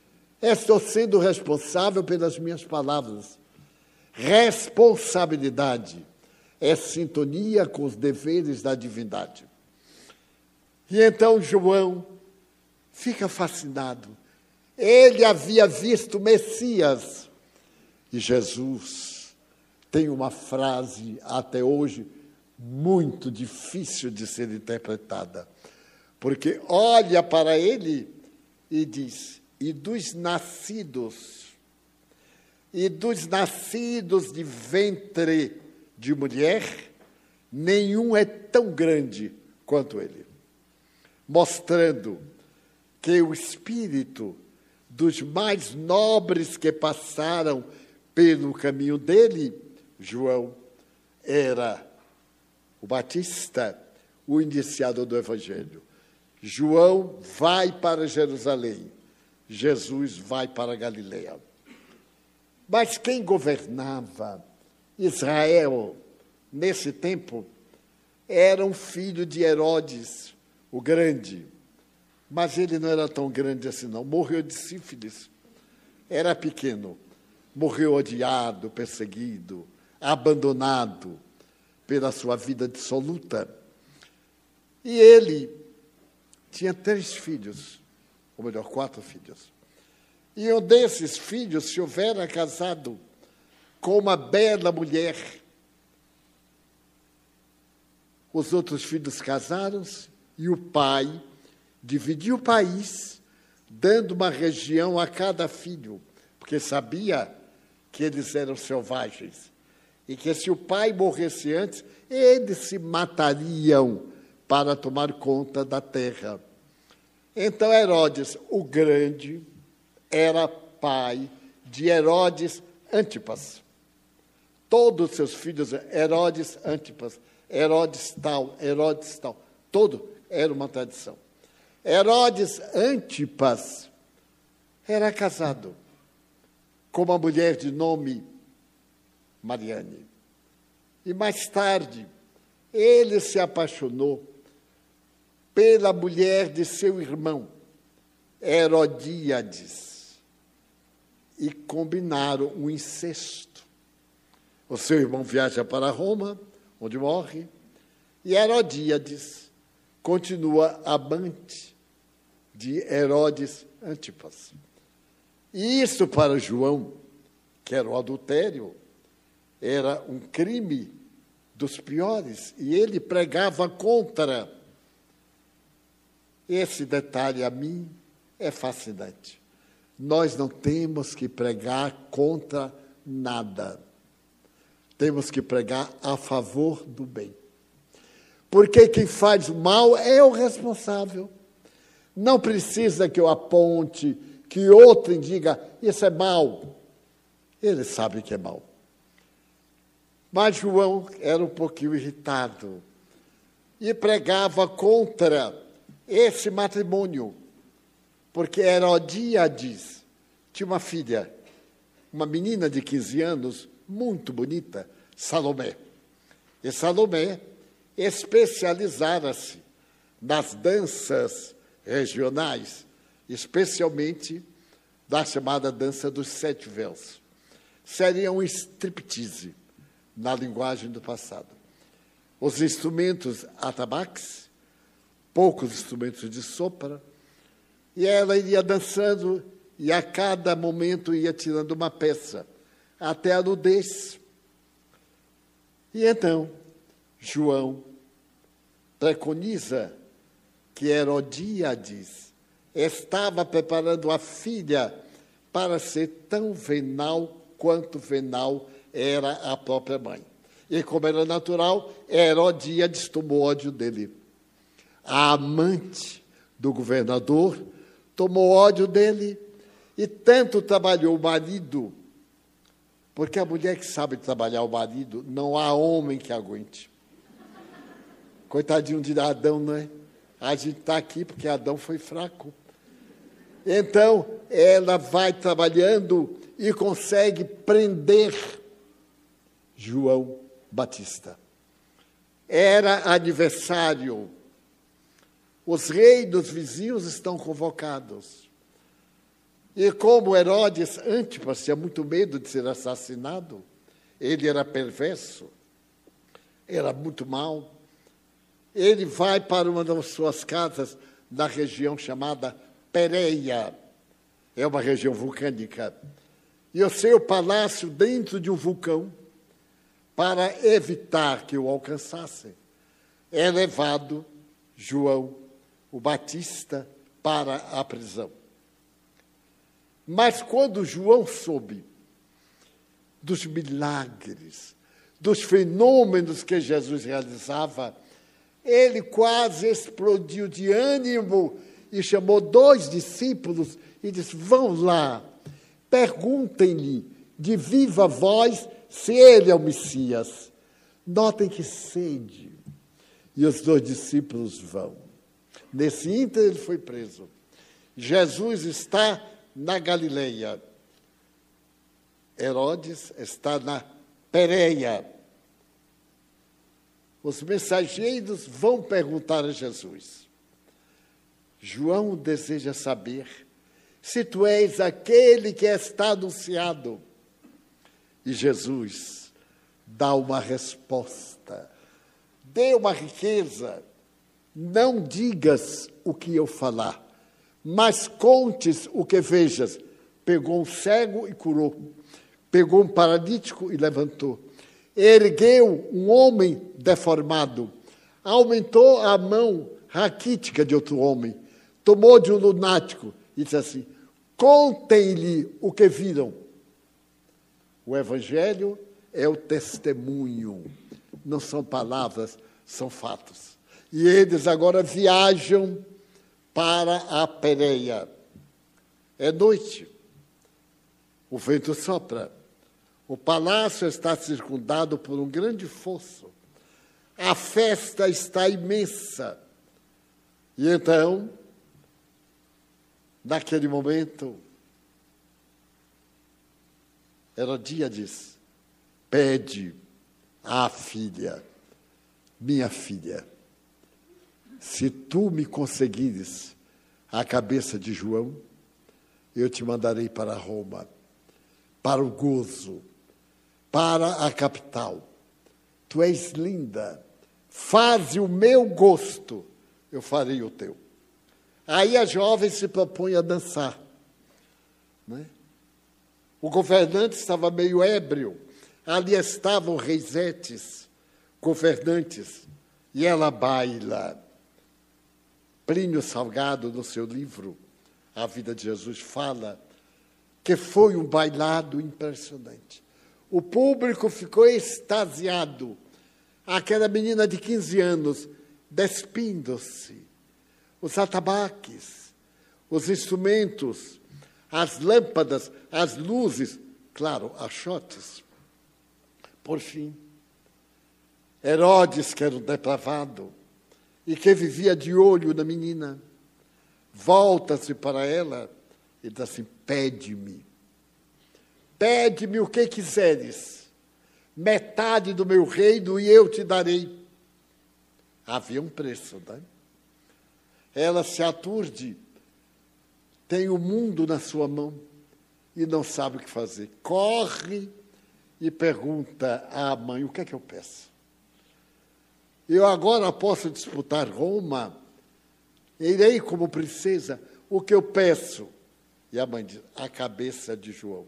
Estou sendo responsável pelas minhas palavras. Responsabilidade é sintonia com os deveres da divindade. E então João fica fascinado. Ele havia visto o Messias. E Jesus tem uma frase, até hoje, muito difícil de ser interpretada. Porque olha para ele e diz, e dos nascidos, e dos nascidos de ventre de mulher, nenhum é tão grande quanto ele. Mostrando que o espírito dos mais nobres que passaram pelo caminho dele, João, era o Batista, o iniciador do Evangelho. João vai para Jerusalém, Jesus vai para Galileia. Mas quem governava Israel nesse tempo era um filho de Herodes, o grande. Mas ele não era tão grande assim, não. Morreu de sífilis. Era pequeno. Morreu odiado, perseguido, abandonado pela sua vida dissoluta. E ele tinha três filhos, ou melhor, quatro filhos. E um desses filhos se houvera casado com uma bela mulher. Os outros filhos casaram-se e o pai dividiu o país, dando uma região a cada filho, porque sabia que eles eram selvagens e que se o pai morresse antes, eles se matariam para tomar conta da terra. Então Herodes, o grande, era pai de Herodes Antipas. Todos os seus filhos, Herodes Antipas, Herodes tal, Herodes tal, todo era uma tradição. Herodes Antipas era casado com uma mulher de nome Mariane. E mais tarde, ele se apaixonou pela mulher de seu irmão, Herodíades, e combinaram um incesto. O seu irmão viaja para Roma, onde morre, e Herodíades continua amante de Herodes Antipas. E isso para João, que era o adultério, era um crime dos piores, e ele pregava contra. Esse detalhe, a mim, é fascinante. Nós não temos que pregar contra nada. Temos que pregar a favor do bem. Porque quem faz o mal é o responsável. Não precisa que eu aponte, que outro diga, isso é mal. Ele sabe que é mal. Mas João era um pouquinho irritado e pregava contra esse matrimônio, porque Herodíades tinha uma filha, uma menina de quinze anos, muito bonita, Salomé. E Salomé especializara-se nas danças regionais, especialmente da chamada dança dos sete véus. Seria um striptease na linguagem do passado. Os instrumentos atabaques, poucos instrumentos de sopra, e ela iria dançando e a cada momento ia tirando uma peça, até a nudez. E então, João preconiza que Herodíades estava preparando a filha para ser tão venal quanto venal era a própria mãe. E como era natural, Herodíades tomou ódio dele. A amante do governador tomou ódio dele e tanto trabalhou o marido, porque a mulher que sabe trabalhar o marido, não há homem que aguente. Coitadinho de Adão, não é? A gente está aqui porque Adão foi fraco. Então, ela vai trabalhando e consegue prender João Batista. Era aniversário. Os reis dos vizinhos estão convocados. E como Herodes Antipas tinha muito medo de ser assassinado, ele era perverso, era muito mau, ele vai para uma das suas casas na região chamada Pérea, é uma região vulcânica, e o seu palácio dentro de um vulcão, para evitar que o alcançassem, é levado João, o Batista, para a prisão. Mas quando João soube dos milagres, dos fenômenos que Jesus realizava, ele quase explodiu de ânimo e chamou dois discípulos e disse: vão lá, perguntem-lhe de viva voz se ele é o Messias. Notem que sede. E os dois discípulos vão. Nesse ínter ele foi preso. Jesus está na Galileia. Herodes está na Pérea. Os mensageiros vão perguntar a Jesus. João deseja saber se tu és aquele que está anunciado. E Jesus dá uma resposta. Dê uma riqueza. Não digas o que eu falar, mas contes o que vejas. Pegou um cego e curou. Pegou um paralítico e levantou. Ergueu um homem deformado. Aumentou a mão raquítica de outro homem. Tomou de um lunático e disse assim: contem-lhe o que viram. O Evangelho é o testemunho. Não são palavras, são fatos. E eles agora viajam para a Pérea. É noite. O vento sopra. O palácio está circundado por um grande fosso. A festa está imensa. E então, naquele momento, Herodíades pede à filha: minha filha, se tu me conseguires a cabeça de João, eu te mandarei para Roma, para o gozo, para a capital. Tu és linda, faze o meu gosto, eu farei o teu. Aí a jovem se propõe a dançar, né? O governante estava meio ébrio, ali estavam reisetes, governantes, e ela baila. Plínio Salgado, no seu livro A Vida de Jesus, fala que foi um bailado impressionante. O público ficou extasiado. Aquela menina de quinze anos, despindo-se. Os atabaques, os instrumentos, as lâmpadas, as luzes, claro, achotes. Por fim, Herodes, que era um depravado e que vivia de olho na menina, volta-se para ela e diz assim: pede-me, pede-me o que quiseres, metade do meu reino e eu te darei. Havia um preço, né? Ela se aturde, tem o mundo na sua mão e não sabe o que fazer. Corre e pergunta à mãe: o que é que eu peço? Eu agora posso disputar Roma, irei como princesa, o que eu peço? E a mãe diz: a cabeça de João.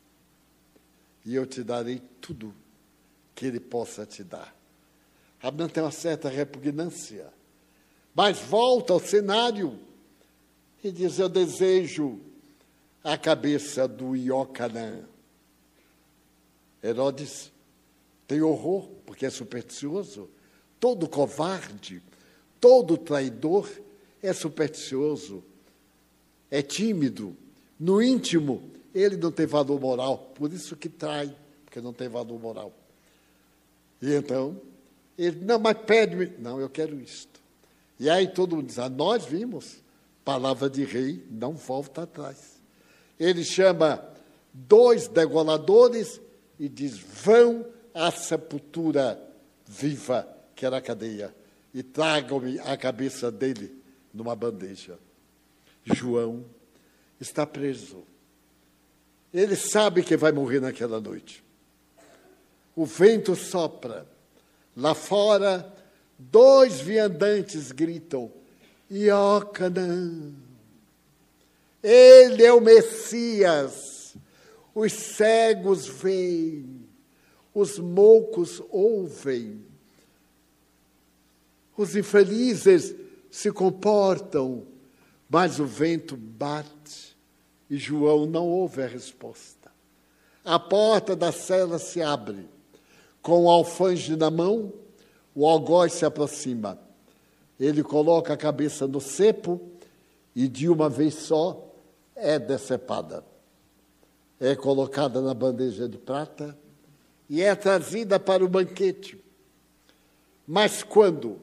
E eu te darei tudo que ele possa te dar. A mãe tem uma certa repugnância, mas volta ao cenário e diz: eu desejo a cabeça do Iocanã. Herodes tem horror, porque é supersticioso. Todo covarde, todo traidor é supersticioso, é tímido. No íntimo, ele não tem valor moral, por isso que trai, porque não tem valor moral. E então, ele: não, mas pede-me. Não, eu quero isto. E aí todo mundo diz: ah, nós vimos, palavra de rei não volta atrás. Ele chama dois degoladores e diz: vão à sepultura viva, que era a cadeia, e tragam-me a cabeça dele numa bandeja. João está preso. Ele sabe que vai morrer naquela noite. O vento sopra. Lá fora, dois viandantes gritam: Iocanã! Ele é o Messias. Os cegos veem, os moucos ouvem, os infelizes se comportam, mas o vento bate e João não ouve a resposta. A porta da cela se abre. Com o alfange na mão, o algoz se aproxima. Ele coloca a cabeça no cepo e, de uma vez só, é decepada. É colocada na bandeja de prata e é trazida para o banquete. Mas quando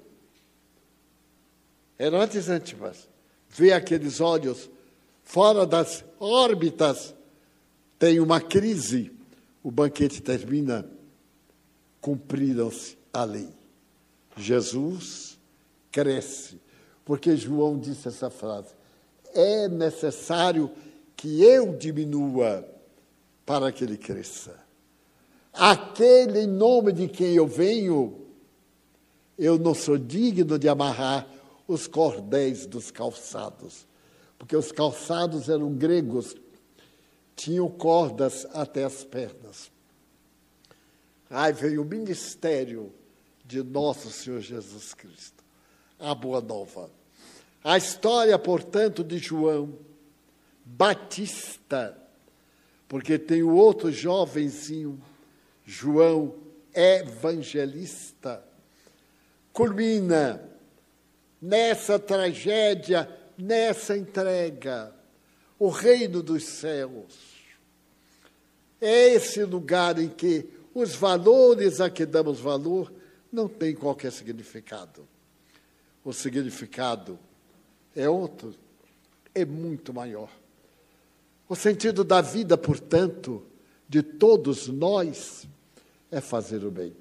Herodes Antipas vê aqueles olhos fora das órbitas, tem uma crise, o banquete termina, cumpriram-se a lei. Jesus cresce, porque João disse essa frase: é necessário que eu diminua para que ele cresça. Aquele em nome de quem eu venho, eu não sou digno de amarrar os cordéis dos calçados, porque os calçados eram gregos, tinham cordas até as pernas. Aí veio o ministério de nosso Senhor Jesus Cristo, a Boa Nova. A história, portanto, de João Batista, porque tem o outro jovenzinho, João Evangelista, culmina nessa tragédia, nessa entrega, o reino dos céus. É esse lugar em que os valores a que damos valor não têm qualquer significado. O significado é outro, é muito maior. O sentido da vida, portanto, de todos nós, é fazer o bem.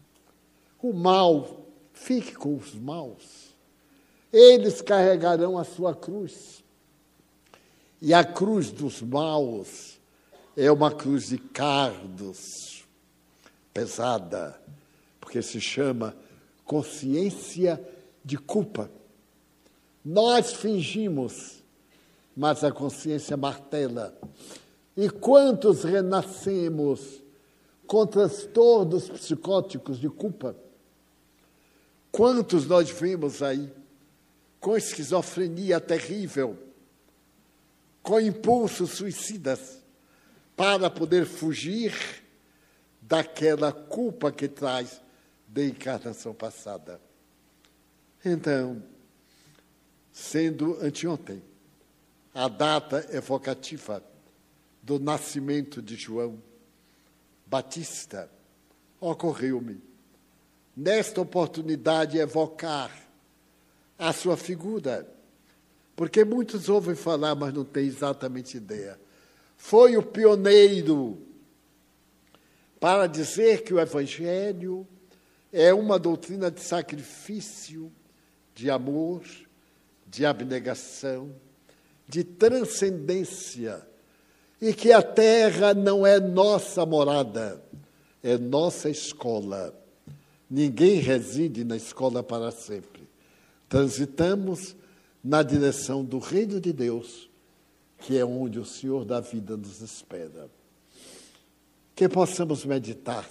O mal, fique com os maus. Eles carregarão a sua cruz. E a cruz dos maus é uma cruz de cardos, pesada, porque se chama consciência de culpa. Nós fingimos, mas a consciência martela. E quantos renascemos com transtornos psicóticos de culpa? Quantos nós vimos aí com esquizofrenia terrível, com impulsos suicidas, para poder fugir daquela culpa que traz da encarnação passada. Então, sendo anteontem a data evocativa do nascimento de João Batista, ocorreu-me, nesta oportunidade, evocar a sua figura, porque muitos ouvem falar, mas não têm exatamente ideia. Foi o pioneiro para dizer que o Evangelho é uma doutrina de sacrifício, de amor, de abnegação, de transcendência, e que a terra não é nossa morada, é nossa escola. Ninguém reside na escola para sempre. Transitamos na direção do reino de Deus, que é onde o Senhor da vida nos espera. Que possamos meditar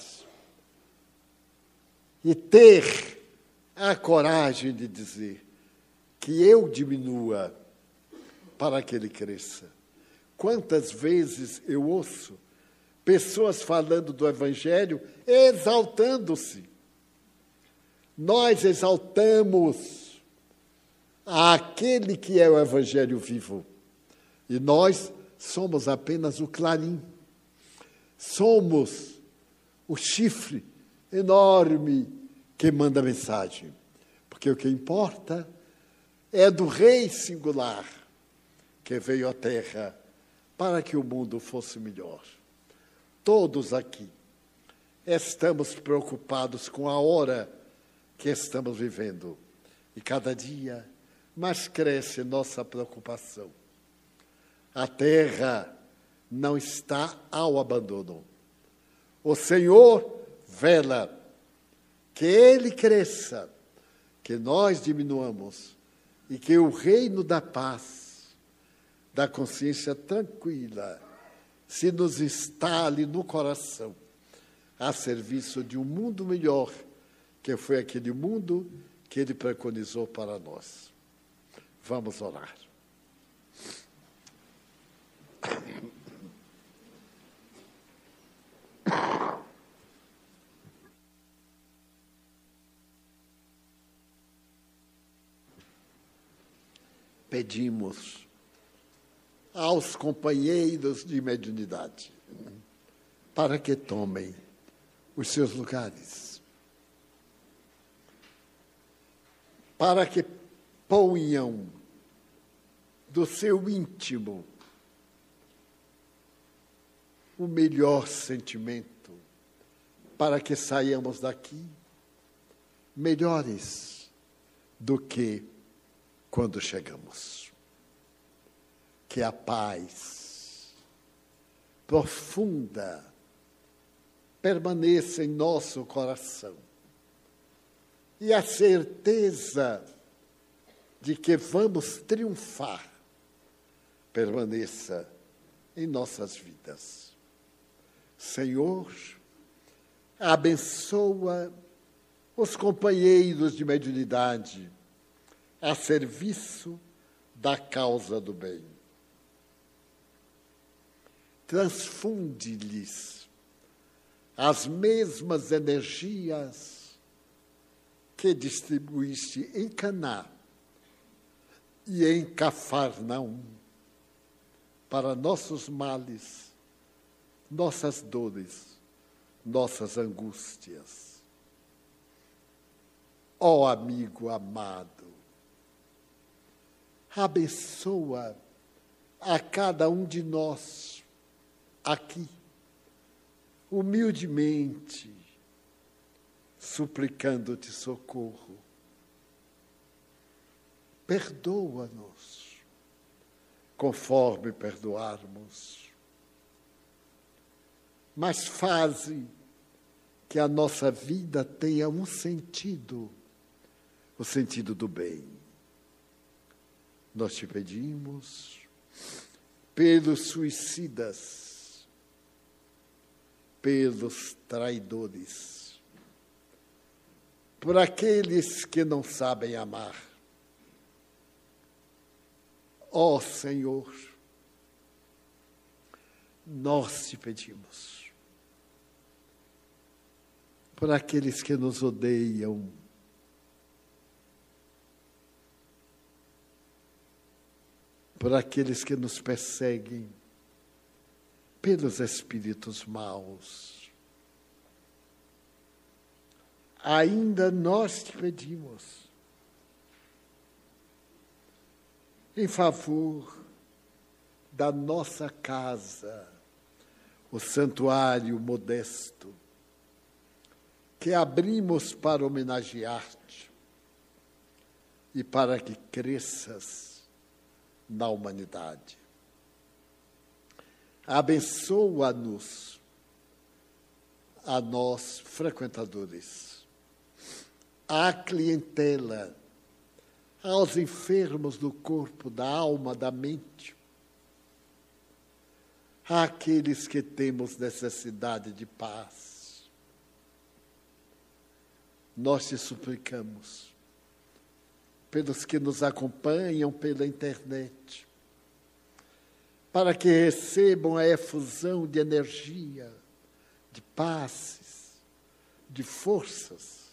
e ter a coragem de dizer que eu diminua para que ele cresça. Quantas vezes eu ouço pessoas falando do Evangelho exaltando-se. Nós exaltamos aquele que é o Evangelho vivo. E nós somos apenas o clarim. Somos o chifre enorme que manda a mensagem. Porque o que importa é do Rei singular que veio à Terra para que o mundo fosse melhor. Todos aqui estamos preocupados com a hora que estamos vivendo. E cada dia mais cresce nossa preocupação. A terra não está ao abandono. O Senhor vela que Ele cresça, que nós diminuamos e que o reino da paz, da consciência tranquila, se nos instale no coração, a serviço de um mundo melhor, que foi aquele mundo que Ele preconizou para nós. Vamos orar. Pedimos aos companheiros de mediunidade para que tomem os seus lugares, para que ponham do seu íntimo o melhor sentimento, para que saiamos daqui melhores do que quando chegamos. Que a paz profunda permaneça em nosso coração e a certeza de que vamos triunfar permaneça em nossas vidas. Senhor, abençoa os companheiros de mediunidade a serviço da causa do bem. Transfunde-lhes as mesmas energias que distribuíste em Caná e em Cafarnaum para nossos males, nossas dores, nossas angústias. Ó amigo amado, abençoa a cada um de nós aqui, humildemente, suplicando-te socorro. Perdoa-nos, conforme perdoarmos. Mas faze que a nossa vida tenha um sentido, o sentido do bem. Nós te pedimos pelos suicidas, pelos traidores, por aqueles que não sabem amar. Ó Senhor, nós te pedimos por aqueles que nos odeiam, por aqueles que nos perseguem, pelos espíritos maus. Ainda nós te pedimos em favor da nossa casa, o santuário modesto, que abrimos para homenagear-te e para que cresças na humanidade. Abençoa-nos, a nós, frequentadores, à clientela, aos enfermos do corpo, da alma, da mente, àqueles que temos necessidade de paz. Nós te suplicamos pelos que nos acompanham pela internet, para que recebam a efusão de energia, de passes, de forças.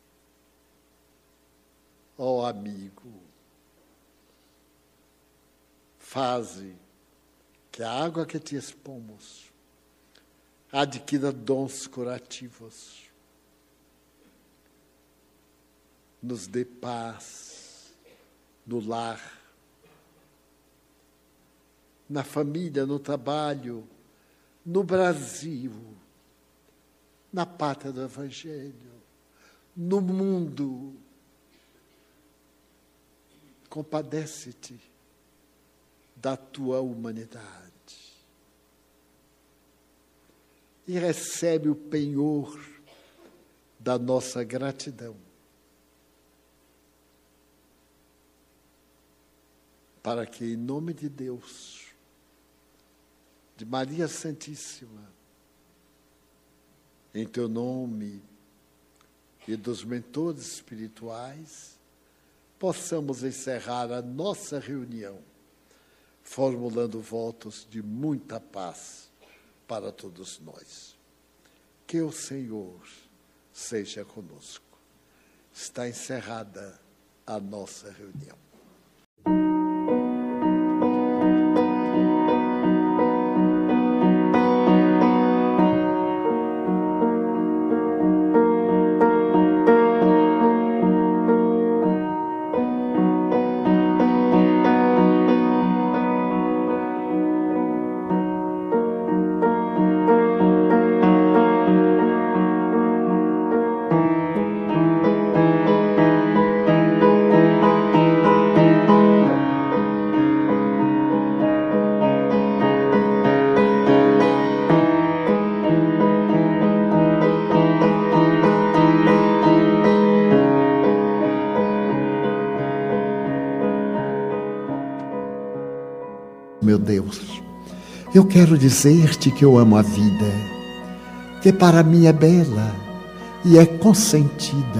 Ó amigo, faze que a água que te expomos adquira dons curativos, nos dê paz no lar, na família, no trabalho, no Brasil, na pátria do Evangelho, no mundo. Compadece-te da tua humanidade. e recebe o penhor da nossa gratidão. Para que, em nome de Deus, de Maria Santíssima, em teu nome e dos mentores espirituais, possamos encerrar a nossa reunião, formulando votos de muita paz para todos nós. Que o Senhor seja conosco. Está encerrada a nossa reunião. Meu Deus, eu quero dizer-te que eu amo a vida, que para mim é bela e é consentida.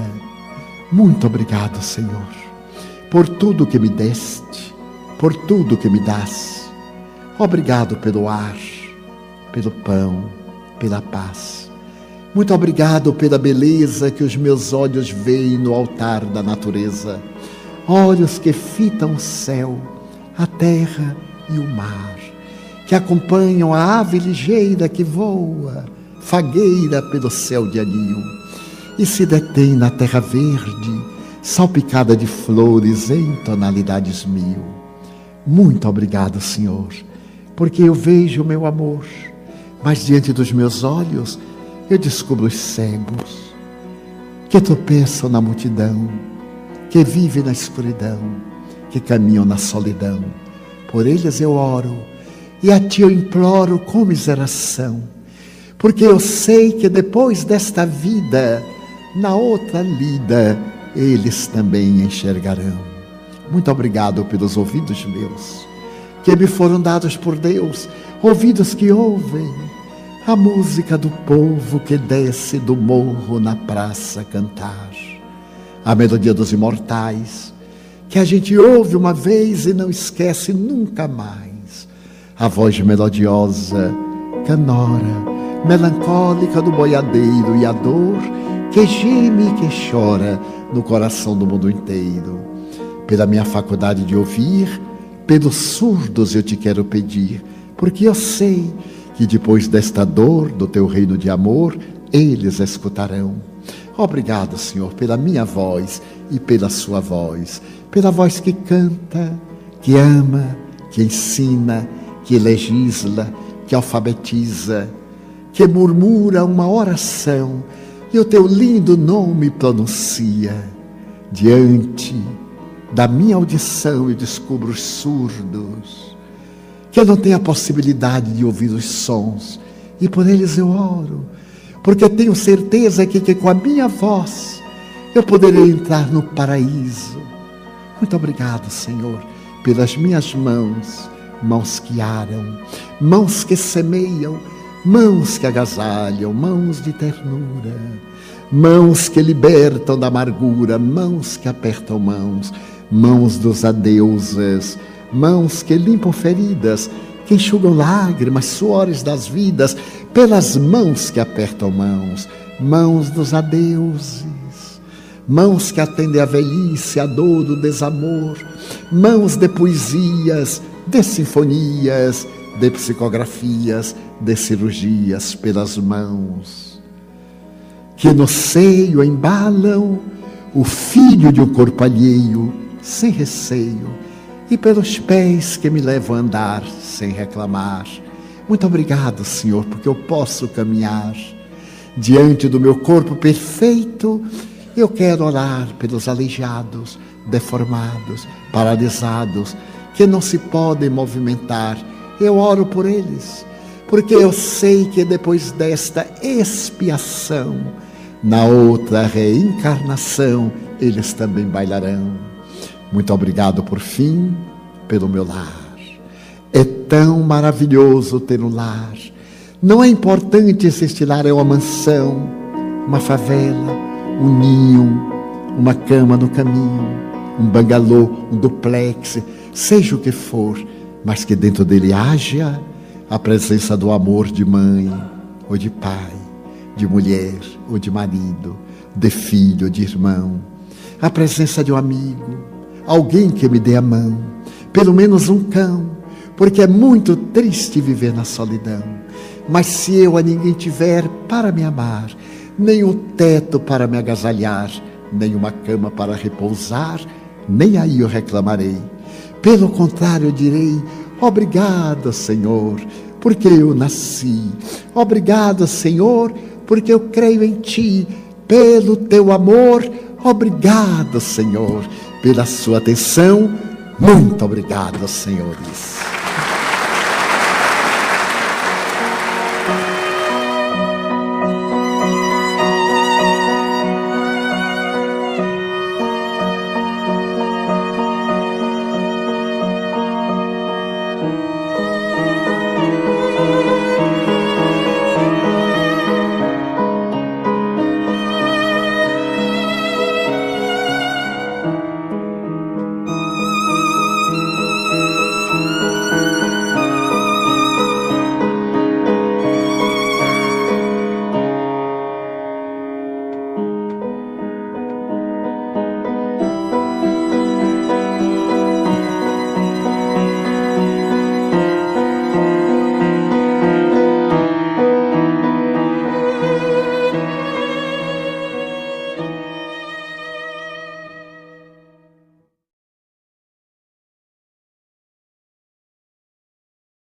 Muito obrigado, Senhor, por tudo que me deste, por tudo que me dás. Obrigado pelo ar, pelo pão, pela paz. Muito obrigado pela beleza que os meus olhos veem no altar da natureza. Olhos que fitam o céu, a terra e o mar, que acompanham a ave ligeira que voa, fagueira pelo céu de anil, e se detém na terra verde, salpicada de flores em tonalidades mil. Muito obrigado, Senhor, porque eu vejo o meu amor, mas diante dos meus olhos eu descubro os cegos, que tropeçam na multidão, que vivem na escuridão, que caminham na solidão. Por eles eu oro, e a ti eu imploro com miseração, porque eu sei que depois desta vida, na outra lida, eles também enxergarão. Muito obrigado pelos ouvidos meus, que me foram dados por Deus, ouvidos que ouvem a música do povo que desce do morro na praça cantar, a melodia dos imortais, que a gente ouve uma vez e não esquece nunca mais. A voz melodiosa, canora, melancólica do boiadeiro e a dor que geme e que chora no coração do mundo inteiro. Pela minha faculdade de ouvir, pelos surdos eu te quero pedir, porque eu sei que depois desta dor do teu reino de amor, eles escutarão. Obrigado, Senhor, pela minha voz e pela sua voz, pela voz que canta, que ama, que ensina, que legisla, que alfabetiza, que murmura uma oração e o teu lindo nome pronuncia. Diante da minha audição eu descubro os surdos, que eu não tenho a possibilidade de ouvir os sons, e por eles eu oro, porque tenho certeza que, que com a minha voz eu poderei entrar no paraíso. Muito obrigado, Senhor, pelas minhas mãos, mãos que aram, mãos que semeiam, mãos que agasalham, mãos de ternura, mãos que libertam da amargura, mãos que apertam mãos, mãos dos adeuses, mãos que limpam feridas, que enxugam lágrimas, suores das vidas, pelas mãos que apertam mãos, mãos dos adeuses, mãos que atendem a velhice, a dor do desamor, mãos de poesias, de sinfonias, de psicografias, de cirurgias, pelas mãos que no seio embalam o filho de um corpo alheio, sem receio, e pelos pés que me levam a andar sem reclamar. Muito obrigado, Senhor, porque eu posso caminhar diante do meu corpo perfeito. Eu quero orar pelos aleijados, deformados, paralisados, que não se podem movimentar. Eu oro por eles, porque eu sei que depois desta expiação, na outra reencarnação, eles também bailarão. Muito obrigado, por fim, pelo meu lar. É tão maravilhoso ter um lar. Não é importante se este lar é uma mansão, uma favela, um ninho, uma cama no caminho, um bangalô, um duplex, seja o que for, mas que dentro dele haja a presença do amor de mãe ou de pai, de mulher ou de marido, de filho ou de irmão, a presença de um amigo, alguém que me dê a mão, pelo menos um cão, porque é muito triste viver na solidão. Mas se eu a ninguém tiver para me amar, nem um teto para me agasalhar, nem uma cama para repousar, nem aí eu reclamarei. Pelo contrário, eu direi: obrigado, Senhor, porque eu nasci. Obrigado, Senhor, porque eu creio em Ti. Pelo Teu amor, obrigado, Senhor. Pela Sua atenção, muito obrigado, senhores.